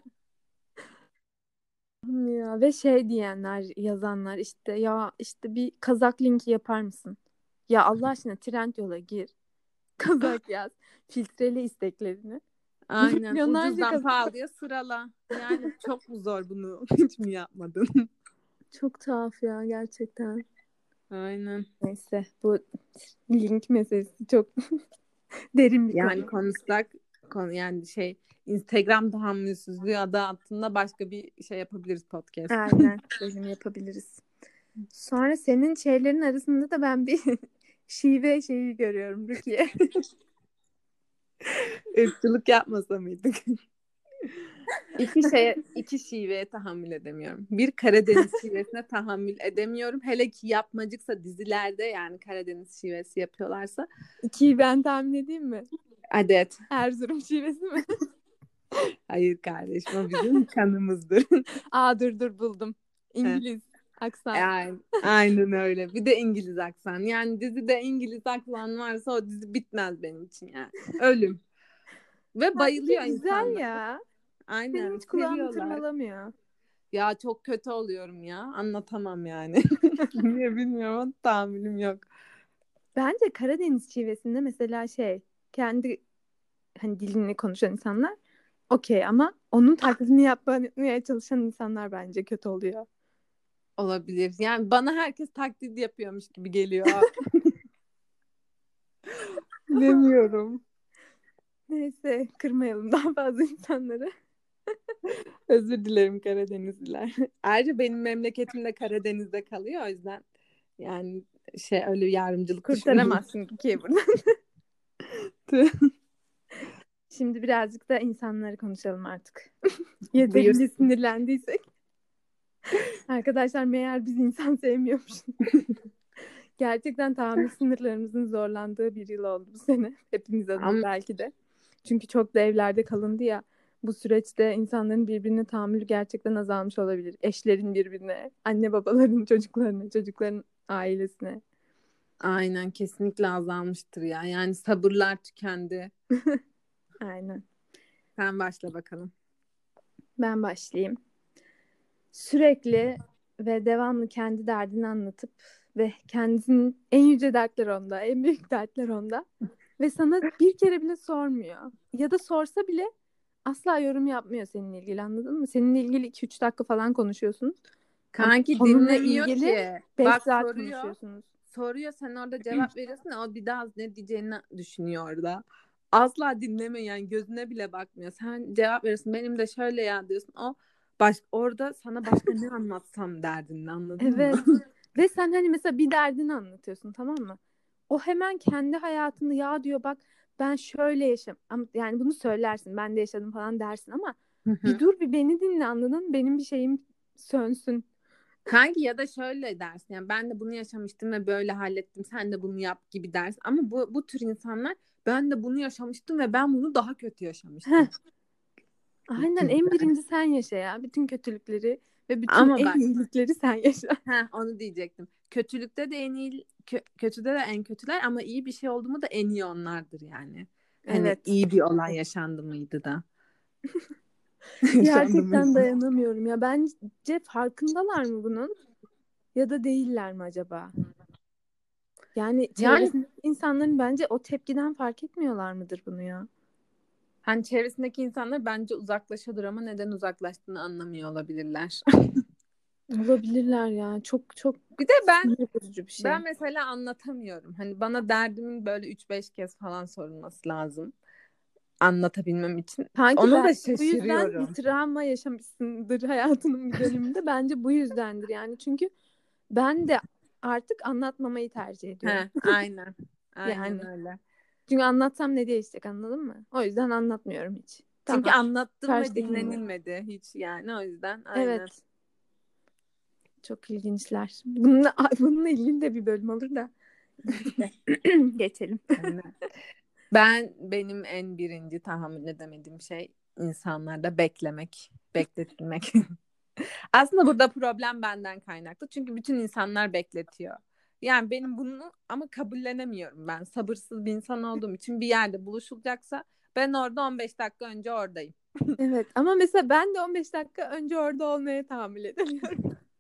ya, ve şey diyenler, yazanlar işte ya işte bir kazak linki yapar mısın? Ya Allah aşkına Trendyol'a gir. Kazak yaz. Filtreli isteklerini. Aynen. Milyonlarca Ucuzdan kazak var. pahalıya sırala. Yani çok mu zor bunu? Hiç mi yapmadın? Çok tuhaf ya gerçekten. Aynen. Neyse, bu link meselesi çok derin bir Yani konu. konuşsak konu yani şey Instagram tahammülsüzlüğü adı altında başka bir şey yapabiliriz podcast. Aynen, bölüm yapabiliriz. Sonra senin şeylerin arasında da ben bir şive şeyi görüyorum, Rukiye. Irkçılık yapmasa mıydık? İki şeye, iki şiveye tahammül edemiyorum. Bir Karadeniz şivesine tahammül edemiyorum. Hele ki yapmacıksa dizilerde yani Karadeniz şivesi yapıyorlarsa İkiyi ben tahmin edeyim mi? adet. Erzurum şivesi mi? Hayır kardeşim o bizim kanımızdır. Aa, dur dur buldum. Heh. İngiliz aksan. Yani, aynen öyle. Bir de İngiliz aksan. Yani dizide İngiliz aksan varsa o dizi bitmez benim için yani. Ölüm. Ve Bence bayılıyor güzel insanlar. ya. Benim Aynen hiç kulağımı seviyorlar. tırmalamıyor. Ya çok kötü oluyorum ya. Anlatamam yani. Niye bilmiyorum ama tahammülüm yok. Bence Karadeniz şivesinde mesela şey kendi hani dilini konuşan insanlar okey, ama onun taklidini yapmaya çalışan insanlar bence kötü oluyor. Olabilir. Yani bana herkes taklit yapıyormuş gibi geliyor. Bilemiyorum. Neyse, kırmayalım daha fazla insanları. Özür dilerim Karadenizliler. Ayrıca benim memleketim de Karadeniz'de kalıyor o yüzden yani şey öyle yardımcılık düşünmeyin. Kurtaramazsın Rukiye buradan. Şimdi birazcık da insanları konuşalım artık. Buyur. Yeterince sinirlendiysek. Arkadaşlar, meğer biz insan sevmiyormuşuz. Gerçekten tahammül sınırlarımızın zorlandığı bir yıl oldu bu sene. Hepimiz adına Ama belki de. Çünkü çok da evlerde kalındı ya. Bu süreçte insanların birbirine tahammülü gerçekten azalmış olabilir. Eşlerin birbirine, anne babaların çocuklarına, çocukların ailesine. aynen kesinlikle azalmıştır ya. Yani sabırlar tükendi. Aynen. Sen başla bakalım. Ben başlayayım. Sürekli ve devamlı kendi derdini anlatıp ve kendisinin en yüce dertleri onda, en büyük dertler onda ve sana bir kere bile sormuyor. Ya da sorsa bile asla yorum yapmıyor seninle ilgili, anladın mı? Seninle ilgili iki üç dakika falan konuşuyorsunuz ama Kanki onunla dinlemiyor ilgili ki. beş Bak saat soruyor. konuşuyorsunuz. Soruyor sen orada cevap veriyorsun ya, o bir daha ne diyeceğini düşünüyor orada. Asla dinleme yani gözüne bile bakmıyor. Sen cevap veriyorsun benim de şöyle ya diyorsun. O baş, orada sana başka ne anlatsam derdin anladın mı? Evet. Ve sen hani mesela bir derdini anlatıyorsun, tamam mı? O hemen kendi hayatını ya diyor, bak ben şöyle yaşam ama yani bunu söylersin, ben de yaşadım falan dersin ama Hı bir hı. dur, bir beni dinle, anladın mı? Benim bir şeyim sönsün. Kanki ya da şöyle dersin yani ben de bunu yaşamıştım ve böyle hallettim sen de bunu yap gibi dersin. Ama bu, bu tür insanlar ben de bunu yaşamıştım ve ben bunu daha kötü Heh, yaşamıştım. aynen, en birinci sen yaşa ya. Bütün kötülükleri ve bütün Ama en bak iyilikleri sen yaşa. heh, onu diyecektim. Kötülükte de en iyi kö- kötüde de en kötüler ama iyi bir şey oldu mu da en iyi onlardır yani. Hani Evet. iyi bir olay yaşandı mıydı da. Yaşandı Gerçekten mıydı? dayanamıyorum ya. Bence farkındalar mı bunun ya da değiller mi acaba? Yani Yani çevresindeki insanların bence o tepkiden fark etmiyorlar mıdır bunu ya? Hani çevresindeki insanlar bence uzaklaşıyordur ama neden uzaklaştığını anlamıyor olabilirler. Olabilirler ya. Çok çok Bir de ben sinir bozucu bir ben şey. mesela anlatamıyorum. Hani bana derdimin böyle üç beş kez falan sorulması lazım anlatabilmem için. Sanki Ona ben da bu yüzden bir şaşırıyorum. travma yaşamışsındır hayatının bir döneminde. Bence bu yüzdendir yani. Çünkü ben de artık anlatmamayı tercih ediyorum. He, aynen. Aynen Yani. öyle. Çünkü anlatsam ne değişecek, anladın mı? O yüzden anlatmıyorum hiç. Çünkü Tamam. anlattım ve Karşıdaki dinle. dinlenilmedi hiç yani o yüzden aynen. Evet. Çok ilginçler. Bununla, bununla ilgili de bir bölüm olur da. Neyse. Geçelim. Aynen. Ben benim en birinci tahammül edemediğim şey insanlarda beklemek, bekletilmek. Aslında burada problem benden kaynaklı. Çünkü bütün insanlar bekletiyor. Yani benim bunu ama kabullenemiyorum ben. Sabırsız bir insan olduğum için bir yerde buluşulacaksa ben orada on beş dakika önce oradayım. Evet ama mesela ben de on beş dakika önce orada olmaya tahammül edemiyorum.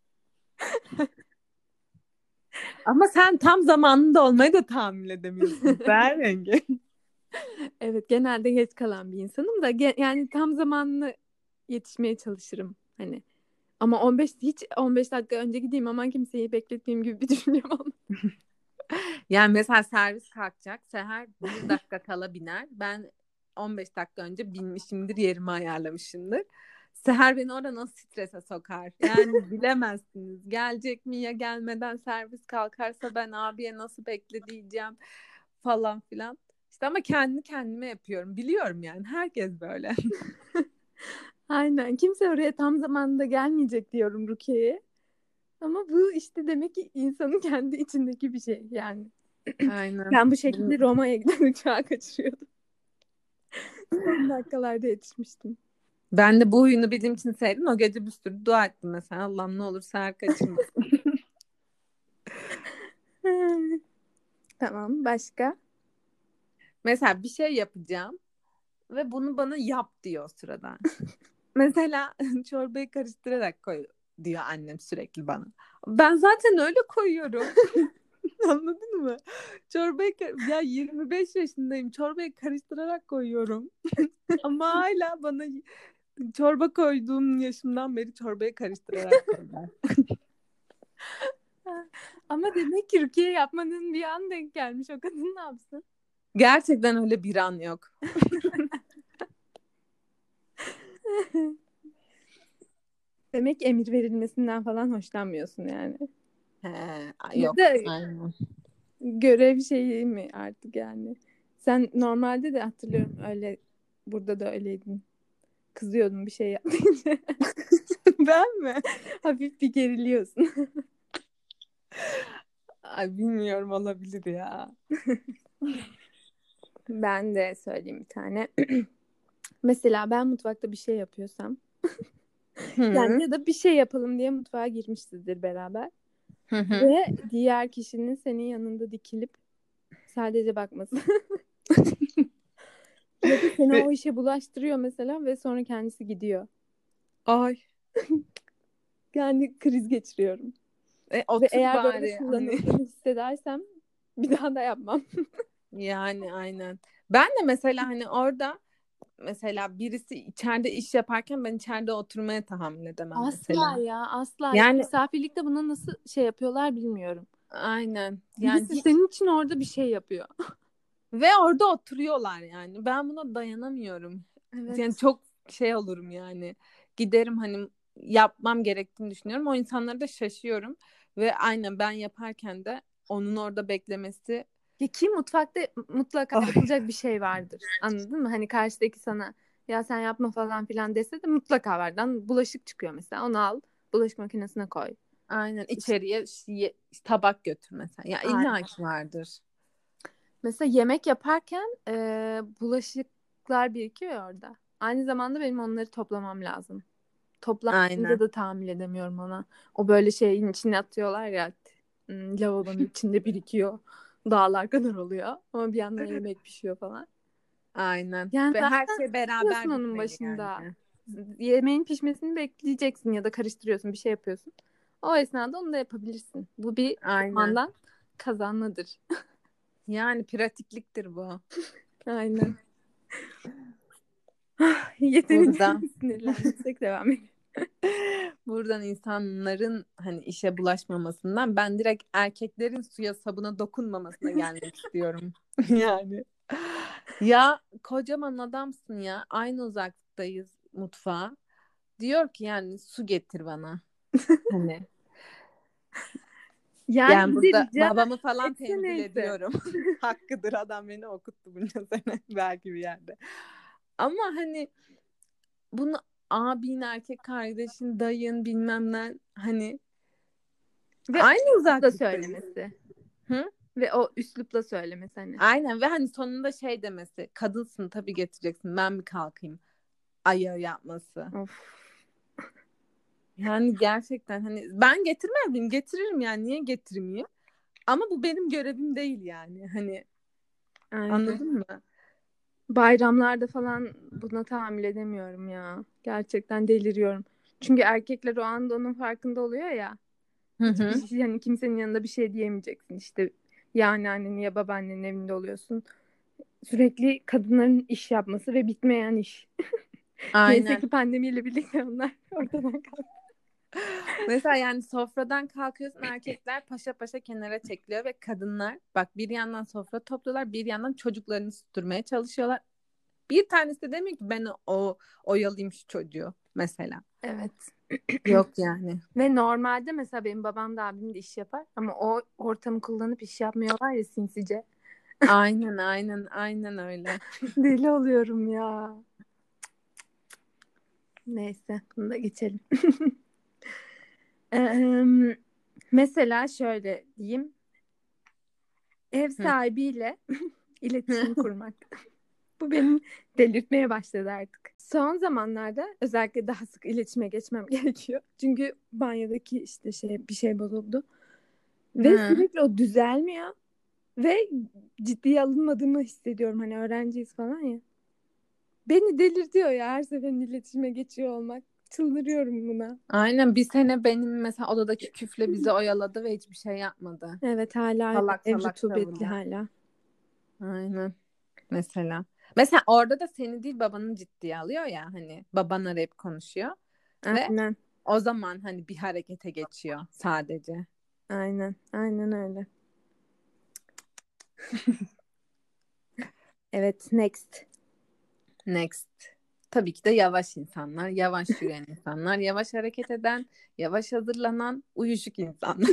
Ama sen tam zamanında olmayı da tahammül edemiyorsun. Ver yenge. Evet, genelde geç kalan bir insanım da ge- yani tam zamanlı yetişmeye çalışırım hani. Ama on beş hiç on beş dakika önce gideyim, aman kimseyi bekletmeyeyim gibi bir düşüncem olmaz. Yani mesela servis kalkacak. Seher bir dakika kala biner. Ben on beş dakika önce binmişimdir, yerimi ayarlamışımdır. Seher beni orada nasıl strese sokar? Yani bilemezsiniz. Gelecek mi ya gelmeden servis kalkarsa ben abiye nasıl bekle diyeceğim falan filan. İşte ama kendi kendime yapıyorum. Biliyorum yani herkes böyle. Aynen. Kimse oraya tam zamanında gelmeyecek diyorum Rukiye'ye. Ama bu işte demek ki insanın kendi içindeki bir şey yani. Aynen. Ben bu şekilde Roma'ya giden uçağı kaçırıyordum. Son dakikalarda yetişmiştim. Ben de bu oyunu bildiğim için sevdim. O gece bir sürü dua ettim mesela. Allah'ım ne olur Seher kaçırmasın. Tamam, başka? Mesela bir şey yapacağım ve bunu bana yap diyor o sırada. Mesela çorbayı karıştırarak koy diyor annem sürekli bana. Ben zaten öyle koyuyorum. Anladın mı? Çorbayı kar- ya yirmi beş yaşındayım. Çorbayı karıştırarak koyuyorum. Ama hala bana çorba koyduğum yaşımdan beri çorbayı karıştırarak koyuyor. Ama demek ki Rukiye yapmadığın bir an denk gelmiş. O kadın ne yapsın? Gerçekten öyle bir an yok. Demek ki emir verilmesinden falan hoşlanmıyorsun yani. He, Ya yok. da Aynen. görev şeyi mi artık yani? Sen normalde de hatırlıyorum öyle, burada da öyleydin. Kızıyordun bir şey yapınca. Ben mi? Hafif bir geriliyorsun. Ay, bilmiyorum olabilir ya. Ben de söyleyeyim bir tane. Mesela ben mutfakta bir şey yapıyorsam yani Hı. ya da bir şey yapalım diye mutfağa girmişizdir beraber Hı hı. ve diğer kişinin senin yanında dikilip sadece bakması ya da seni Ve- o işe bulaştırıyor mesela ve sonra kendisi gidiyor. Ay. Yani kriz geçiriyorum. E, Ve otur eğer böyle bari hani. kullanıldığını hissedersem bir daha da yapmam. Yani aynen. Ben de mesela hani orada mesela birisi içeride iş yaparken ben içeride oturmaya tahammül edemem Asla mesela. ya, asla ya. Yani Misafirlikte buna nasıl şey yapıyorlar bilmiyorum. aynen. Yani Birisi hiç senin için orada bir şey yapıyor. ve orada oturuyorlar yani. Ben buna dayanamıyorum. Yani Evet. çok şey olurum yani. Giderim hani yapmam gerektiğini düşünüyorum. O insanlara da şaşıyorum ve aynen ben yaparken de onun orada beklemesi. Ya ki mutfakta mutlaka Ay, yapılacak bir şey vardır. Anladın mı? Hani karşıdaki sana ya sen yapma falan filan dese de mutlaka var. Lan bulaşık çıkıyor mesela. Onu al. Bulaşık makinesine koy. aynen İşte, içeriye şey- tabak götür mesela. Ya illa aynen. ki vardır. Mesela yemek yaparken e, bulaşıklar birikiyor ya orada. Aynı zamanda benim onları toplamam lazım. Toplanınca Aynen. da tahammül edemiyorum ona. O böyle şeyin içine atıyorlar ya. hmm, Lavabonun içinde birikiyor. Dağlar kadar oluyor. Ama bir yandan yemek pişiyor falan. Aynen. Yani Ve her zaten şey yapıyorsun beraber onun bitmeli yani. başında. Yemeğin pişmesini bekleyeceksin ya da karıştırıyorsun, bir şey yapıyorsun. O esnada onu da yapabilirsin. Bu bir Aynen. kumandan kazanmadır. Yani pratikliktir bu. Aynen. Yeterince Buradan sinirlendiysek devam edelim. buradan insanların hani işe bulaşmamasından ben direkt erkeklerin suya sabuna dokunmamasına gelmek istiyorum. Yani ya kocaman adamsın ya, aynı uzaklıktayız mutfağa. Diyor ki yani su getir bana. Hani Yani yani bir de burada rica babamı falan etse tenzih neyse. ediyorum. Hakkıdır, adam beni okuttu bunca sene belki bir yerde. Ama hani bunu abin, erkek kardeşin, dayın bilmem ne, hani Ve o aynı üslupla uzaklıktayız. söylemesi. Hı? Ve o üslupla söylemesi hani. Aynen, ve hani sonunda şey demesi, kadınsın tabii getireceksin, ben mi kalkayım, ayağı yapması. Of. Yani gerçekten hani ben getirmez miyim? Getiririm yani, niye getirmeyeyim? Ama bu benim görevim değil yani. Hani Aynen. anladın mı? Bayramlarda falan buna tahammül edemiyorum ya. Gerçekten deliriyorum. Çünkü erkekler o anda onun farkında oluyor ya. Hı hı. Hiçbir şey, yani kimsenin yanında bir şey diyemeyeceksin. İşte ya anneannenin ya babaannenin evinde oluyorsun. Sürekli kadınların iş yapması ve bitmeyen iş. Neyse Aynen. ki pandemiyle birlikte onlar ortadan kalktı. Mesela yani sofradan kalkıyorsun, erkekler paşa paşa kenara çekiliyor ve kadınlar bak bir yandan sofra topluyorlar, bir yandan çocuklarını süstürmeye çalışıyorlar. Bir tanesi de demiyor ki ben o oyalayayım şu çocuğu mesela. Evet. Yok yani. Ve normalde mesela benim babam da abim de iş yapar ama o ortamı kullanıp iş yapmıyorlar ya sinsice. Aynen aynen aynen öyle. Deli oluyorum ya. Neyse bunu da geçelim. Eee, mesela şöyle diyeyim. Ev Hı. sahibiyle iletişim kurmak. Bu beni delirtmeye başladı artık. Son zamanlarda özellikle daha sık iletişime geçmem gerekiyor. Çünkü banyodaki işte şey bir şey bozuldu. Ve Hı. sürekli o düzelmiyor. Ve ciddiye alınmadığımı hissediyorum. Hani öğrenciyiz falan ya. Beni delirtiyor ya her seferinde iletişime geçiyor olmak. Çıldırıyorum buna. Aynen, bir sene benim mesela odadaki küfle bizi oyaladı ve hiçbir şey yapmadı. Evet hala öyle. Salak Ev salak rutubetli tavırlar. hala. Aynen. Mesela. Mesela orada da seni değil babanı ciddiye alıyor ya, hani baban arayıp konuşuyor ve Aynen. o zaman hani bir harekete geçiyor sadece. Aynen. Aynen öyle. Evet next. Next. Tabii ki de yavaş insanlar, yavaş yürüyen insanlar, yavaş hareket eden, yavaş hazırlanan, uyuşuk insanlar.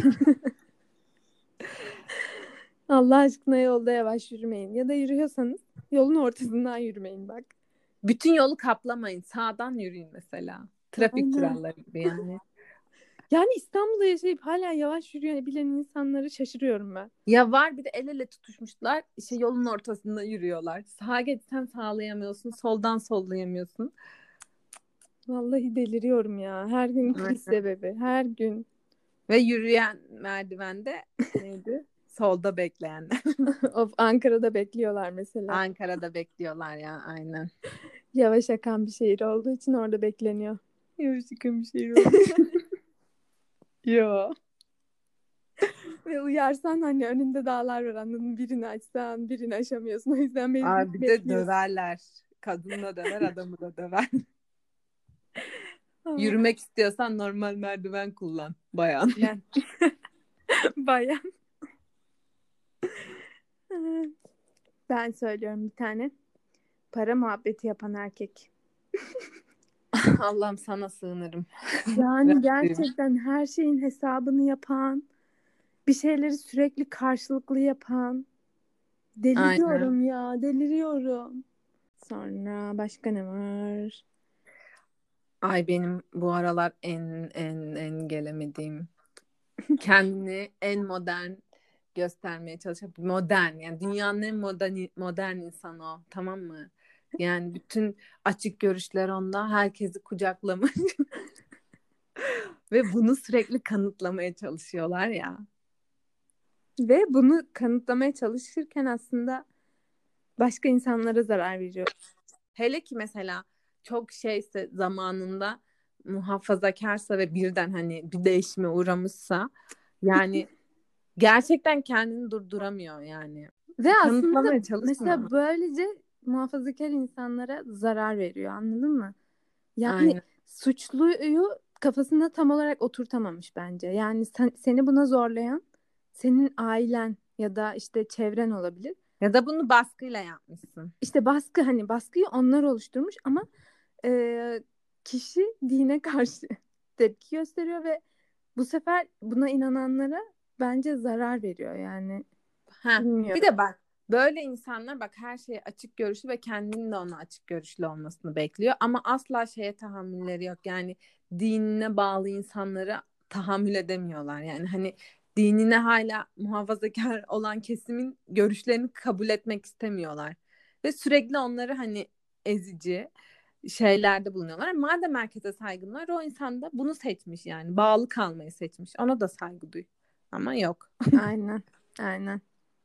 Allah aşkına yolda yavaş yürümeyin. Ya da yürüyorsanız yolun ortasından yürümeyin bak. Bütün yolu kaplamayın. Sağdan yürüyün mesela. Trafik Aynen. kuralları gibi yani. Yani İstanbul'da yaşayıp hala yavaş yürüyebilen insanları şaşırıyorum ben. Ya var bir de el ele tutuşmuşlar. İşte yolun ortasında yürüyorlar. Sağa geçsen sağlayamıyorsun. Soldan sollayamıyorsun. Vallahi deliriyorum ya. Her gün kriz Aynen. sebebi. Her gün. Ve yürüyen merdivende neydi? Solda bekleyenler. Of Ankara'da bekliyorlar mesela. Ankara'da bekliyorlar ya, aynen. Yavaş akan bir şehir olduğu için orada bekleniyor. Yavaş bir şey oldu. Yo. Ve uyarsan hani önünde dağlar var anladın mı? Birini açsan birini aşamıyorsun. O yüzden mecbur Abi bir de bekliyorsun. döverler. Kadını da döver, adamı da döver. Aa, Yürümek istiyorsan normal merdiven kullan. Bayan. aynen. Bayağı. Ben söylüyorum bir tane. Para muhabbeti yapan erkek. Allah'ım sana sığınırım. Yani Rabbim. gerçekten her şeyin hesabını yapan, bir şeyleri sürekli karşılıklı yapan. Aynen. Deliriyorum ya, deliriyorum. Sonra başka ne var? Ay benim bu aralar en en en gelemediğim, kendini en modern göstermeye çalışan, modern yani dünyanın en modern modern insanı o, tamam mı? Yani bütün açık görüşler onda, herkesi kucaklamış ve bunu sürekli kanıtlamaya çalışıyorlar ya. Ve bunu kanıtlamaya çalışırken aslında başka insanlara zarar veriyor. Hele ki mesela çok şeyse, zamanında muhafazakarsa ve birden hani bir değişime uğramışsa, yani gerçekten kendini durduramıyor yani. Ve aslında da Kanıtlamaya çalışma. mesela böylece muhafazakar insanlara zarar veriyor, anladın mı? Yani Aynen. suçluyu kafasında tam olarak oturtamamış bence. Yani sen, seni buna zorlayan senin ailen ya da işte çevren olabilir. Ya da bunu baskıyla yapmışsın. İşte baskı, hani baskıyı onlar oluşturmuş ama e, kişi dine karşı tepki gösteriyor ve bu sefer buna inananlara bence zarar veriyor yani. Ha, bir Bilmiyorum. de bak, böyle insanlar bak her şeye açık görüşlü ve kendinin de ona açık görüşlü olmasını bekliyor ama asla şeye tahammülleri yok. Yani dinine bağlı insanlara tahammül edemiyorlar. Yani hani dinine hala muhafazakar olan kesimin görüşlerini kabul etmek istemiyorlar. Ve sürekli onları hani ezici şeylerde bulunuyorlar. Madem herkese saygın var, o insan da bunu seçmiş yani. Bağlı kalmayı seçmiş. Ona da saygı duy. Ama yok. Aynen. Aynen.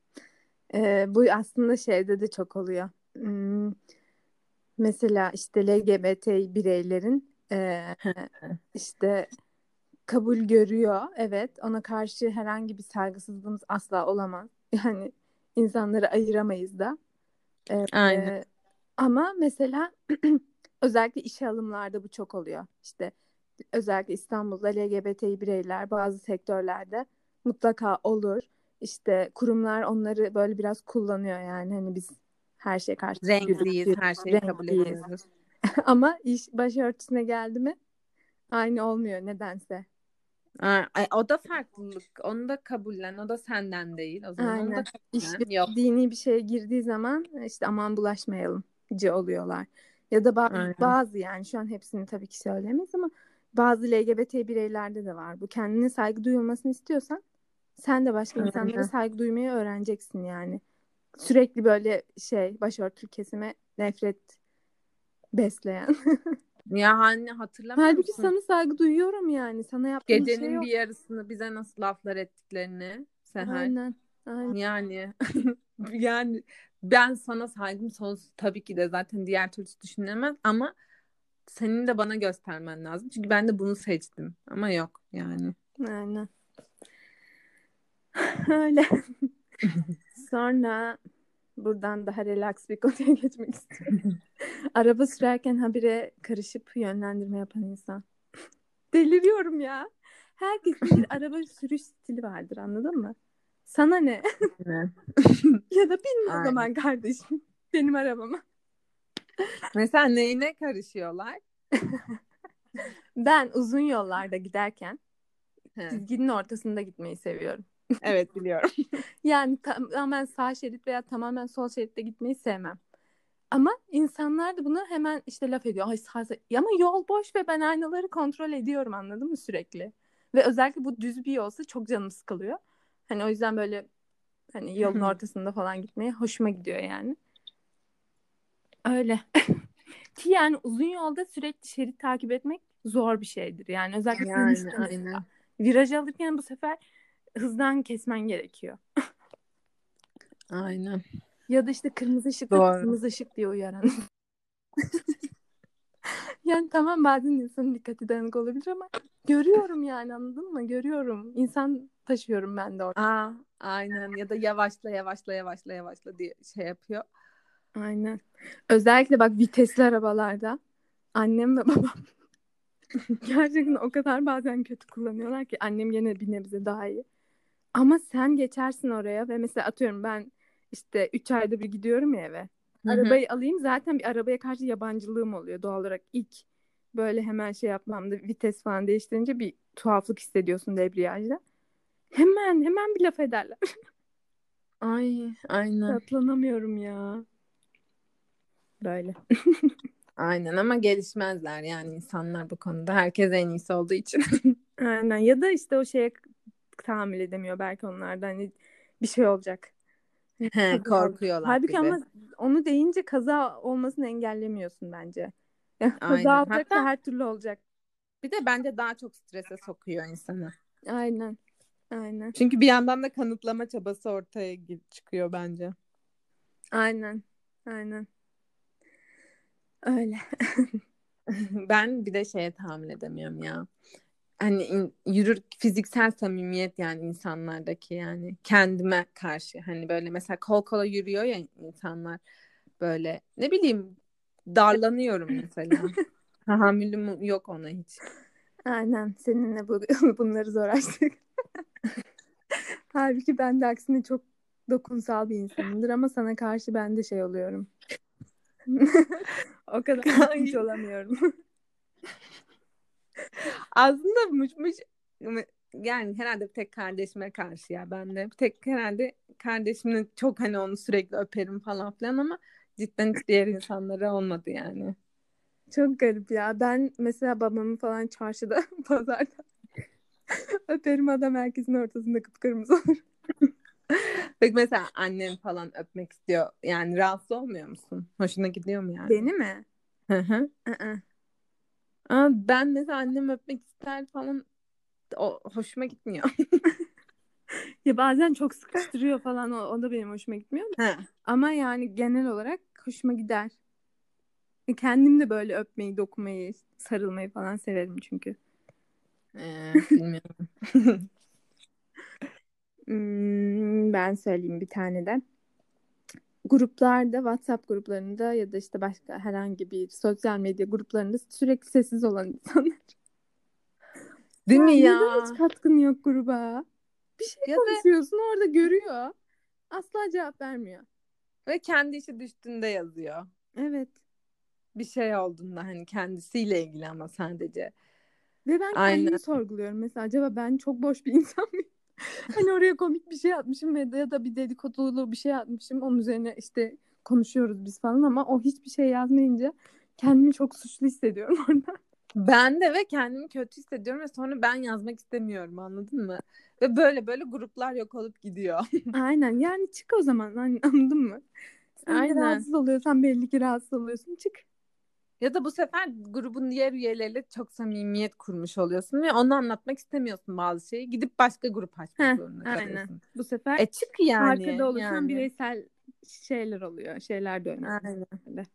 E, bu aslında şeyde de çok oluyor. Hmm, mesela işte L G B T bireylerin e, işte kabul görüyor. Evet, ona karşı herhangi bir saygısızlığımız asla olamaz. Yani insanları ayıramayız da. Aynen. Ee, ama mesela özellikle işe alımlarda bu çok oluyor. İşte özellikle İstanbul'da L G B T bireyler bazı sektörlerde mutlaka olur. İşte kurumlar onları böyle biraz kullanıyor yani. Hani biz her şeye karşı Renkliyiz, dürüstüz, her şeyi kabul renkliyiz. ediyoruz. Ama iş başörtüsüne geldi mi aynı olmuyor nedense. Aa, ay, o da farklılık. Onu da kabullen. O da senden değil. O zaman onu da Aynen. İş ve kabullen. Yok. dini bir şeye girdiği zaman işte aman bulaşmayalımcı oluyorlar. Ya da bazı, Aynen. bazı yani şu an hepsini tabii ki söylemeyiz ama bazı L G B T bireylerde de var. Bu kendine saygı duyulmasını istiyorsan sen de başka insanlara Aynen. saygı duymayı öğreneceksin yani. Sürekli böyle şey başörtülü kesime nefret besleyen. Ya hani hatırlamıyor Halbuki musun? sana saygı duyuyorum yani. Sana yaptığım bir şey Gecenin bir yok. yarısını bize nasıl laflar ettiklerini Seher. Aynen. Aynen. Yani yani ben sana saygım sonsuz tabii ki de, zaten diğer türlüsü düşünülemez ama senin de bana göstermen lazım. Çünkü ben de bunu seçtim. Ama yok yani. Aynen. Öyle. Sonra buradan daha relax bir konuya geçmek istiyorum. Araba sürerken habire karışıp yönlendirme yapan insan. Deliriyorum ya. Herkesin bir araba sürüş stili vardır, anladın mı? Sana ne? Evet. Ya da bin o Aynen. zaman kardeşim. Benim arabama. Mesela neyine karışıyorlar? Ben uzun yollarda giderken He. çizginin ortasında gitmeyi seviyorum. Evet, biliyorum. Yani tamamen sağ şerit veya tamamen sol şeritte gitmeyi sevmem. Ama insanlar da bunu hemen işte laf ediyor. Ay sağ, sağ- ama yol boş ve ben aynaları kontrol ediyorum, anladın mı, sürekli. Ve özellikle bu düz bir yolsa çok canım sıkılıyor. Hani o yüzden böyle hani yolun ortasında falan gitmeye hoşuma gidiyor yani. Öyle. Ki yani uzun yolda sürekli şerit takip etmek zor bir şeydir. Yani özellikle Yani dönüşte mesela. aynen. Viraj alırken bu sefer hızdan kesmen gerekiyor. Aynen. Ya da işte kırmızı ışıkta Doğru. kırmızı ışık diye uyaran. Yani tamam, bazen insanın dikkati dağınık olabilir ama görüyorum yani, anladın mı? Görüyorum. İnsan taşıyorum ben de orada. Aa, aynen. Ya da yavaşla yavaşla yavaşla yavaşla diye şey yapıyor. Aynen. Özellikle bak vitesli arabalarda annem ve babam gerçekten o kadar bazen kötü kullanıyorlar ki, annem gene bir nebze daha iyi. Ama sen geçersin oraya ve mesela atıyorum ben işte üç ayda bir gidiyorum ya eve. Hı hı. Arabayı alayım, zaten bir arabaya karşı yabancılığım oluyor doğal olarak. İlk böyle hemen şey yapmamda vites falan değiştirince bir tuhaflık hissediyorsun debriyajda. Hemen hemen bir laf ederler. Ay, aynen. Katlanamıyorum ya. Böyle. Aynen ama gelişmezler yani insanlar bu konuda. Herkes en iyisi olduğu için. Aynen. Ya da işte o şeye tahammül edemiyor belki onlarda, hani bir şey olacak. Hani He, kaza olacak. korkuyorlar Halbuki bir de. ama onu deyince kaza olmasını engellemiyorsun bence. Ya Aynen. kaza olacaksa Hatta her türlü olacak. bir de bence daha çok strese sokuyor insanı. Aynen. Aynen. Çünkü bir yandan da kanıtlama çabası ortaya gi- çıkıyor bence. Aynen. Aynen. Öyle. Ben bir de şeye tahammül edemiyorum ya. Hani in- yürür fiziksel samimiyet, yani insanlardaki, yani kendime karşı hani böyle mesela kol kola yürüyor ya insanlar. Böyle ne bileyim darlanıyorum mesela. Tahammülüm yok ona hiç. Aynen seninle bu, bunları zor açtık. Halbuki ben de aksine çok dokunsal bir insanımdır ama sana karşı ben de şey oluyorum. O kadar hiç olamıyorum. Aslında muş muş yani herhalde bir tek kardeşime karşı ya ben de. Bir tek herhalde kardeşimle çok hani onu sürekli öperim falan filan ama cidden hiç diğer insanlara olmadı yani. Çok garip ya. Ben mesela babamı falan çarşıda, pazarda öperim, adam herkesin ortasında kıpkırmızı olur. Peki mesela annen falan öpmek istiyor. Yani rahatsız olmuyor musun? Hoşuna gidiyor mu yani? Beni mi? Hı hı. Aa. Aa, ben mesela annem öpmek ister falan o hoşuma gitmiyor. Ya bazen çok sıkıştırıyor falan, o, o da benim hoşuma gitmiyor. Ha. Ama yani genel olarak hoşuma gider. E, Kendim de böyle öpmeyi, dokunmayı, sarılmayı falan severim çünkü. Ee, bilmiyorum. Hmm, ben söyleyeyim bir tane de. Gruplarda, WhatsApp gruplarında ya da işte başka herhangi bir sosyal medya gruplarında sürekli sessiz olan insanlar. Değil Ya mi neden hiç ya? katkın yok gruba? Bir şey Ya ve konuşuyorsun, orada görüyor. Asla cevap vermiyor. ve kendi işi düştüğünde yazıyor. Evet. Bir şey olduğunda hani kendisiyle ilgili ama sadece. Ve ben kendimi Aynen. sorguluyorum. Mesela acaba ben çok boş bir insan mıyım? Hani oraya komik bir şey atmışım ve ya da bir dedikodulu bir şey atmışım. Onun üzerine işte konuşuyoruz biz falan ama o hiçbir şey yazmayınca kendimi çok suçlu hissediyorum orada. Ben de ve kendimi kötü hissediyorum ve sonra ben yazmak istemiyorum anladın mı? Ve böyle böyle gruplar yok olup gidiyor. Aynen, yani çık o zaman, hani anladın mı? Sen de Aynen. rahatsız oluyorsan belli ki rahatsız oluyorsun, çık. Ya da bu sefer grubun diğer üyeleriyle çok samimiyet kurmuş oluyorsun ve onu anlatmak istemiyorsun bazı şeyi. Gidip başka grup açmak Heh, zorunda aynen. kalıyorsun. Bu sefer E çık yani arkada oluşan yani. bireysel şeyler oluyor. Şeyler de önemli. Aynen.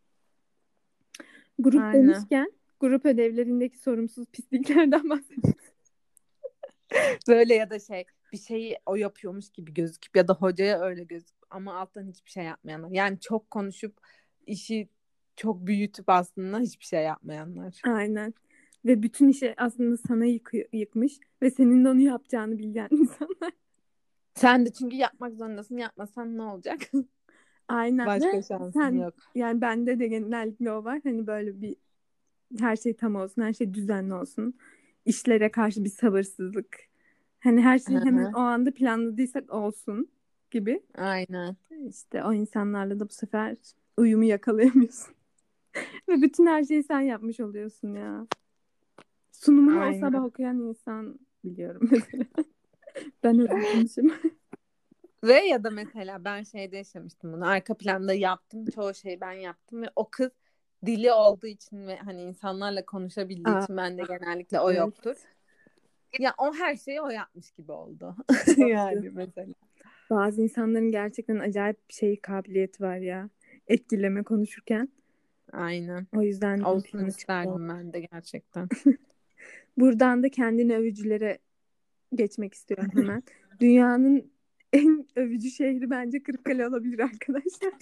Grup Aynen. demişken grup ödevlerindeki sorumsuz pisliklerden bahsedelim. Böyle ya da şey bir şeyi o yapıyormuş gibi gözüküp ya da hocaya öyle gözüküp ama alttan hiçbir şey yapmayanlar. Yani çok konuşup işi çok büyütüp aslında hiçbir şey yapmayanlar. Aynen. Ve bütün işi aslında sana yıkıyor, yıkmış ve senin de onu yapacağını bilen insanlar. Sen de çünkü yapmak zorundasın. Yapmasan ne olacak? Aynen. Ve Başka şansın sen, yok. yani bende de genellikle o var. Hani böyle bir, her şey tam olsun, her şey düzenli olsun. İşlere karşı bir sabırsızlık. Hani her Hı şeyi hemen hı. o anda planladıysak olsun gibi. Aynen. İşte o insanlarla da bu sefer uyumu yakalayamıyorsun. Ve bütün her şeyi sen yapmış oluyorsun ya. Sunumunu o sabah Aynen. okuyan insan biliyorum mesela. Ben özlemişim. Ve ya da mesela ben şeyde yaşamıştım bunu. Arka planda yaptım. Çoğu şeyi ben yaptım ve o kız dili olduğu için ve hani insanlarla konuşabildiği Aa, için bende genellikle o evet. yoktur. Ya o her şeyi o yapmış gibi oldu. Doğru. Yani mesela. Bazı insanların gerçekten acayip bir şey kabiliyeti var ya. Etkileme konuşurken. Aynen. O yüzden ön Olsun plana çıkıyor. isterdim ben de gerçekten. Buradan da kendini övücülere geçmek istiyorum hemen. Dünyanın en övücü şehri bence Kırıkkale olabilir arkadaşlar.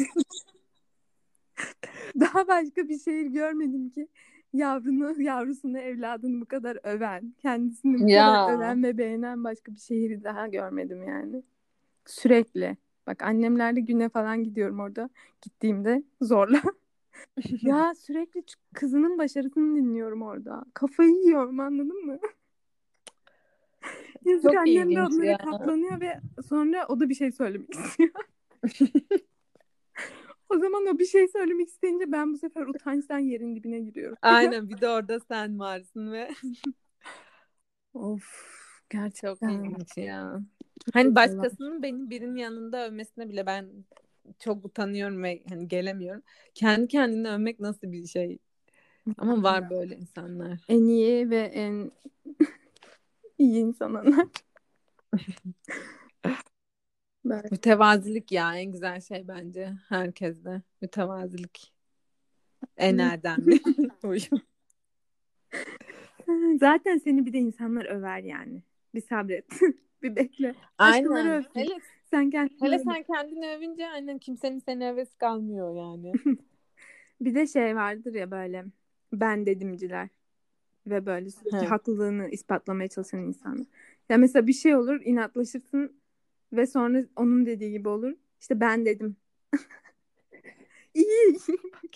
Daha başka bir şehir görmedim ki yavrunu, yavrusunu, evladını bu kadar öven, kendisini bu kadar Ya. öven ve beğenen başka bir şehri daha görmedim yani. Sürekli. Bak annemlerle güne falan gidiyorum orada. Gittiğimde zorla. Ya sürekli ç- kızının başarısını dinliyorum orada. Kafayı yiyorum, anladın mı? Yazık, Çok annem de ilginç onlara ya. katlanıyor ve sonra o da bir şey söylemek istiyor. O zaman o bir şey söylemek isteyince ben bu sefer utançtan yerin dibine giriyorum. Aynen bir de orada sen varsın ve Of, çok gerçekten ilginç ya. çok Hani övüyorlar. başkasının benim birinin yanında övmesine bile ben çok utanıyorum ve hani gelemiyorum. Kendi kendini övmek nasıl bir şey? Ama var böyle insanlar. En iyi ve en iyi insanlar. Böyle. Mütevazilik ya en güzel şey bence herkeste. Mütevazilik. En erdemli uyum. Zaten seni bir de insanlar över yani. Bir sabret. Bir bekle. Başkaları Aynen. övsün. Hele, Sen kendini hele övme. sen kendini övünce aynen kimsenin seni hevesi kalmıyor yani. Bir de şey vardır ya böyle ben dedimciler ve böyle sürekli Hı. haklılığını ispatlamaya çalışan insanlar. Ya mesela bir şey olur, inatlaşırsın ve sonra onun dediği gibi olur. İşte ben dedim. İyi. Bak.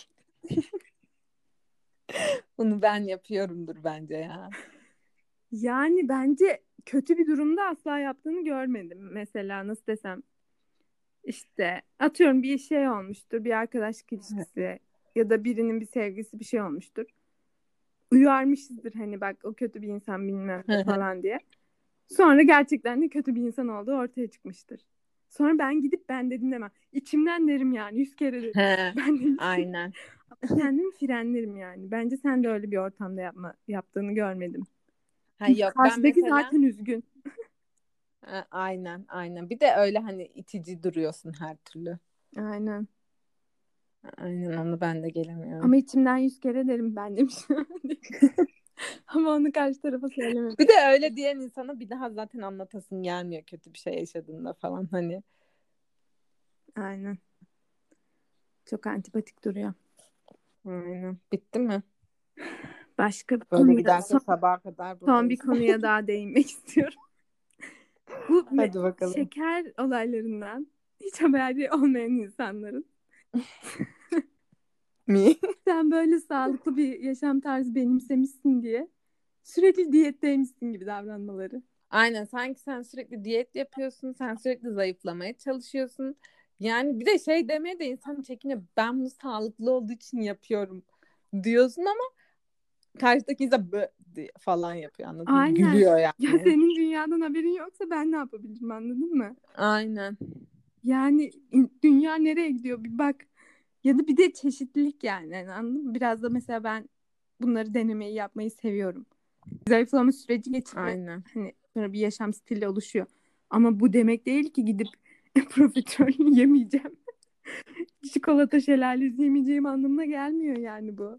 Bunu ben yapıyorumdur bence ya. Yani bence kötü bir durumda asla yaptığını görmedim. Mesela nasıl desem işte atıyorum bir şey olmuştur, bir arkadaşlık ilişkisi ya da birinin bir sevgisi bir şey olmuştur. Uyarmışızdır hani bak o kötü bir insan bilmem ne falan diye. Sonra gerçekten de kötü bir insan olduğu ortaya çıkmıştır. Sonra ben gidip ben dedim demem. İçimden derim yani yüz kere derim. He, Ben demişim. aynen. Kendimi frenlerim yani. Bence sen de öyle bir ortamda yapma, yaptığını görmedim. Ha, Çünkü yok ben karşıdaki mesela zaten üzgün. ha, aynen aynen. Bir de öyle hani itici duruyorsun her türlü. Aynen. Aynen onu ben de gelemiyorum. Ama içimden yüz kere derim ben demişim. Ama onu karşı tarafa söylemem. Bir de öyle diyen insana bir daha zaten anlatasın gelmiyor kötü bir şey yaşadığında falan hani. Aynen. Çok antipatik duruyor. Aynen. Bitti mi? Başka bir Böyle konuya, giderse son, sabaha kadar son bir buradayız. konuya daha değinmek istiyorum. Bu me- Hadi bakalım. şeker olaylarından hiç haberi olmayan insanların Mi? sen böyle sağlıklı bir yaşam tarzı benimsemişsin diye sürekli diyetteymişsin gibi davranmaları. Aynen sanki sen sürekli diyet yapıyorsun, sen sürekli zayıflamaya çalışıyorsun. Yani bir de şey demeye de insan çekiniyor. Ben bunu sağlıklı olduğu için yapıyorum diyorsun ama karşıdaki insan böyle diye falan yapıyor anladın mı? Aynen. Gülüyor Ya yani. senin dünyadan haberin yoksa ben ne yapabilirim anladın mı? Aynen. Yani in- dünya nereye gidiyor bir bak. Ya da bir de çeşitlilik yani. Yani anladın mı? Biraz da mesela ben bunları denemeyi yapmayı seviyorum. Zayıflama süreci geçirme Aynen. hani sonra bir yaşam stili oluşuyor. Ama bu demek değil ki gidip profiterol yemeyeceğim. Çikolata şelalesi yemeyeceğim anlamına gelmiyor yani bu.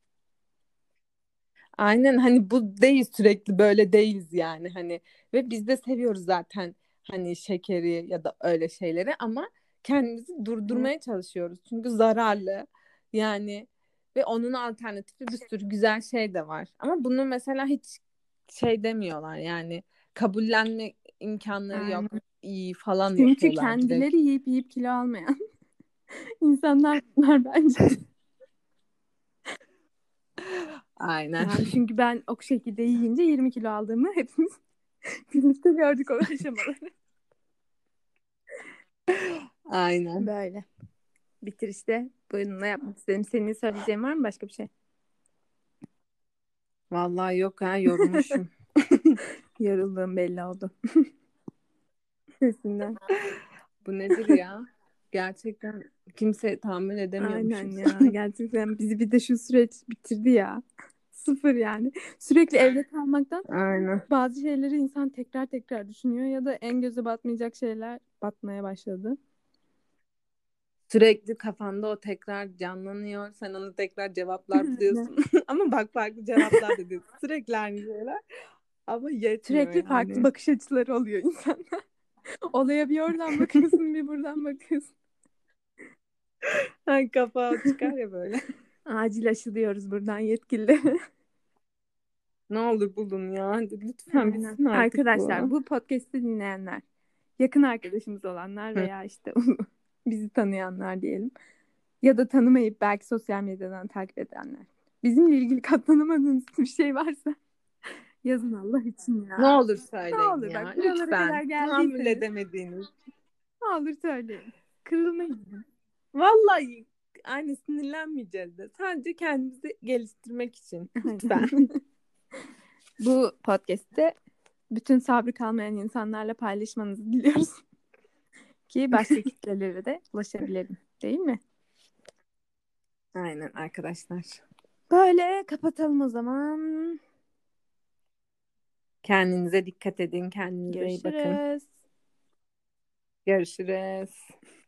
Aynen hani bu değil sürekli böyle değiliz yani hani ve biz de seviyoruz zaten hani şekeri ya da öyle şeyleri ama kendimizi Hı. durdurmaya çalışıyoruz çünkü zararlı yani ve onun alternatifi bir sürü güzel şey de var ama bunu mesela hiç şey demiyorlar yani kabullenme imkanları yok Yani. iyi falan Çünkü yapıyorlar direkt. kendileri yiyip yiyip kilo almayan insanlar bunlar bence. Aynen. Yani çünkü ben o şekilde yiyince yirmi kilo aldığımı hepimiz birlikte gördük o aşamaları. Aynen. Böyle. Bitirişte bununla yapmak istedim. Senin söyleyeceğin var mı başka bir şey? Vallahi yok ha yorulmuşum. Yorulduğum belli oldu. Sesinden. Bu nedir ya? Gerçekten kimse tahammül Aynen edemiyormuşuz. ya. Gerçekten bizi bir de şu süreç bitirdi ya. Sıfır yani. Sürekli evde kalmaktan Aynen. bazı şeyleri insan tekrar tekrar düşünüyor ya da en göze batmayacak şeyler batmaya başladı. Sürekli kafanda o tekrar canlanıyor. Sen onu tekrar cevaplar Aynen. buluyorsun. Ama bak farklı cevaplar dedi. Sürekli aynı şeyler. Ama yetmiyor Sürekli farklı yani. bakış açıları oluyor insanlar. Olaya bir oradan bakıyorsun, bir buradan bakıyorsun. Hani kafa çıkar ya böyle. Acil aşılıyoruz buradan yetkili. Ne olur bulun ya. Lütfen Aynen. bitsin artık Arkadaşlar bu. bu podcast'i dinleyenler, yakın arkadaşımız olanlar Hı. veya işte bizi tanıyanlar diyelim. Ya da tanımayıp belki sosyal medyadan takip edenler. Bizimle ilgili katlanamadığınız bir şey varsa yazın Allah için Ne ya. olur Ne söyleyin olur ya. bak buralara kadar Lütfen. Tahammül geldiyseniz edemediğiniz. ne olur söyleyin. Kırılmayın. Vallahi aynı sinirlenmeyeceğiz de. Sadece kendimizi geliştirmek için. Lütfen. Aynen. Bu podcast'te bütün sabrı kalmayan insanlarla paylaşmanızı diliyoruz. Ki başka kitlelere de ulaşabilelim. Değil mi? Aynen arkadaşlar. Böyle kapatalım o zaman. Kendinize dikkat edin. Kendinize iyi bakın. Görüşürüz. Görüşürüz.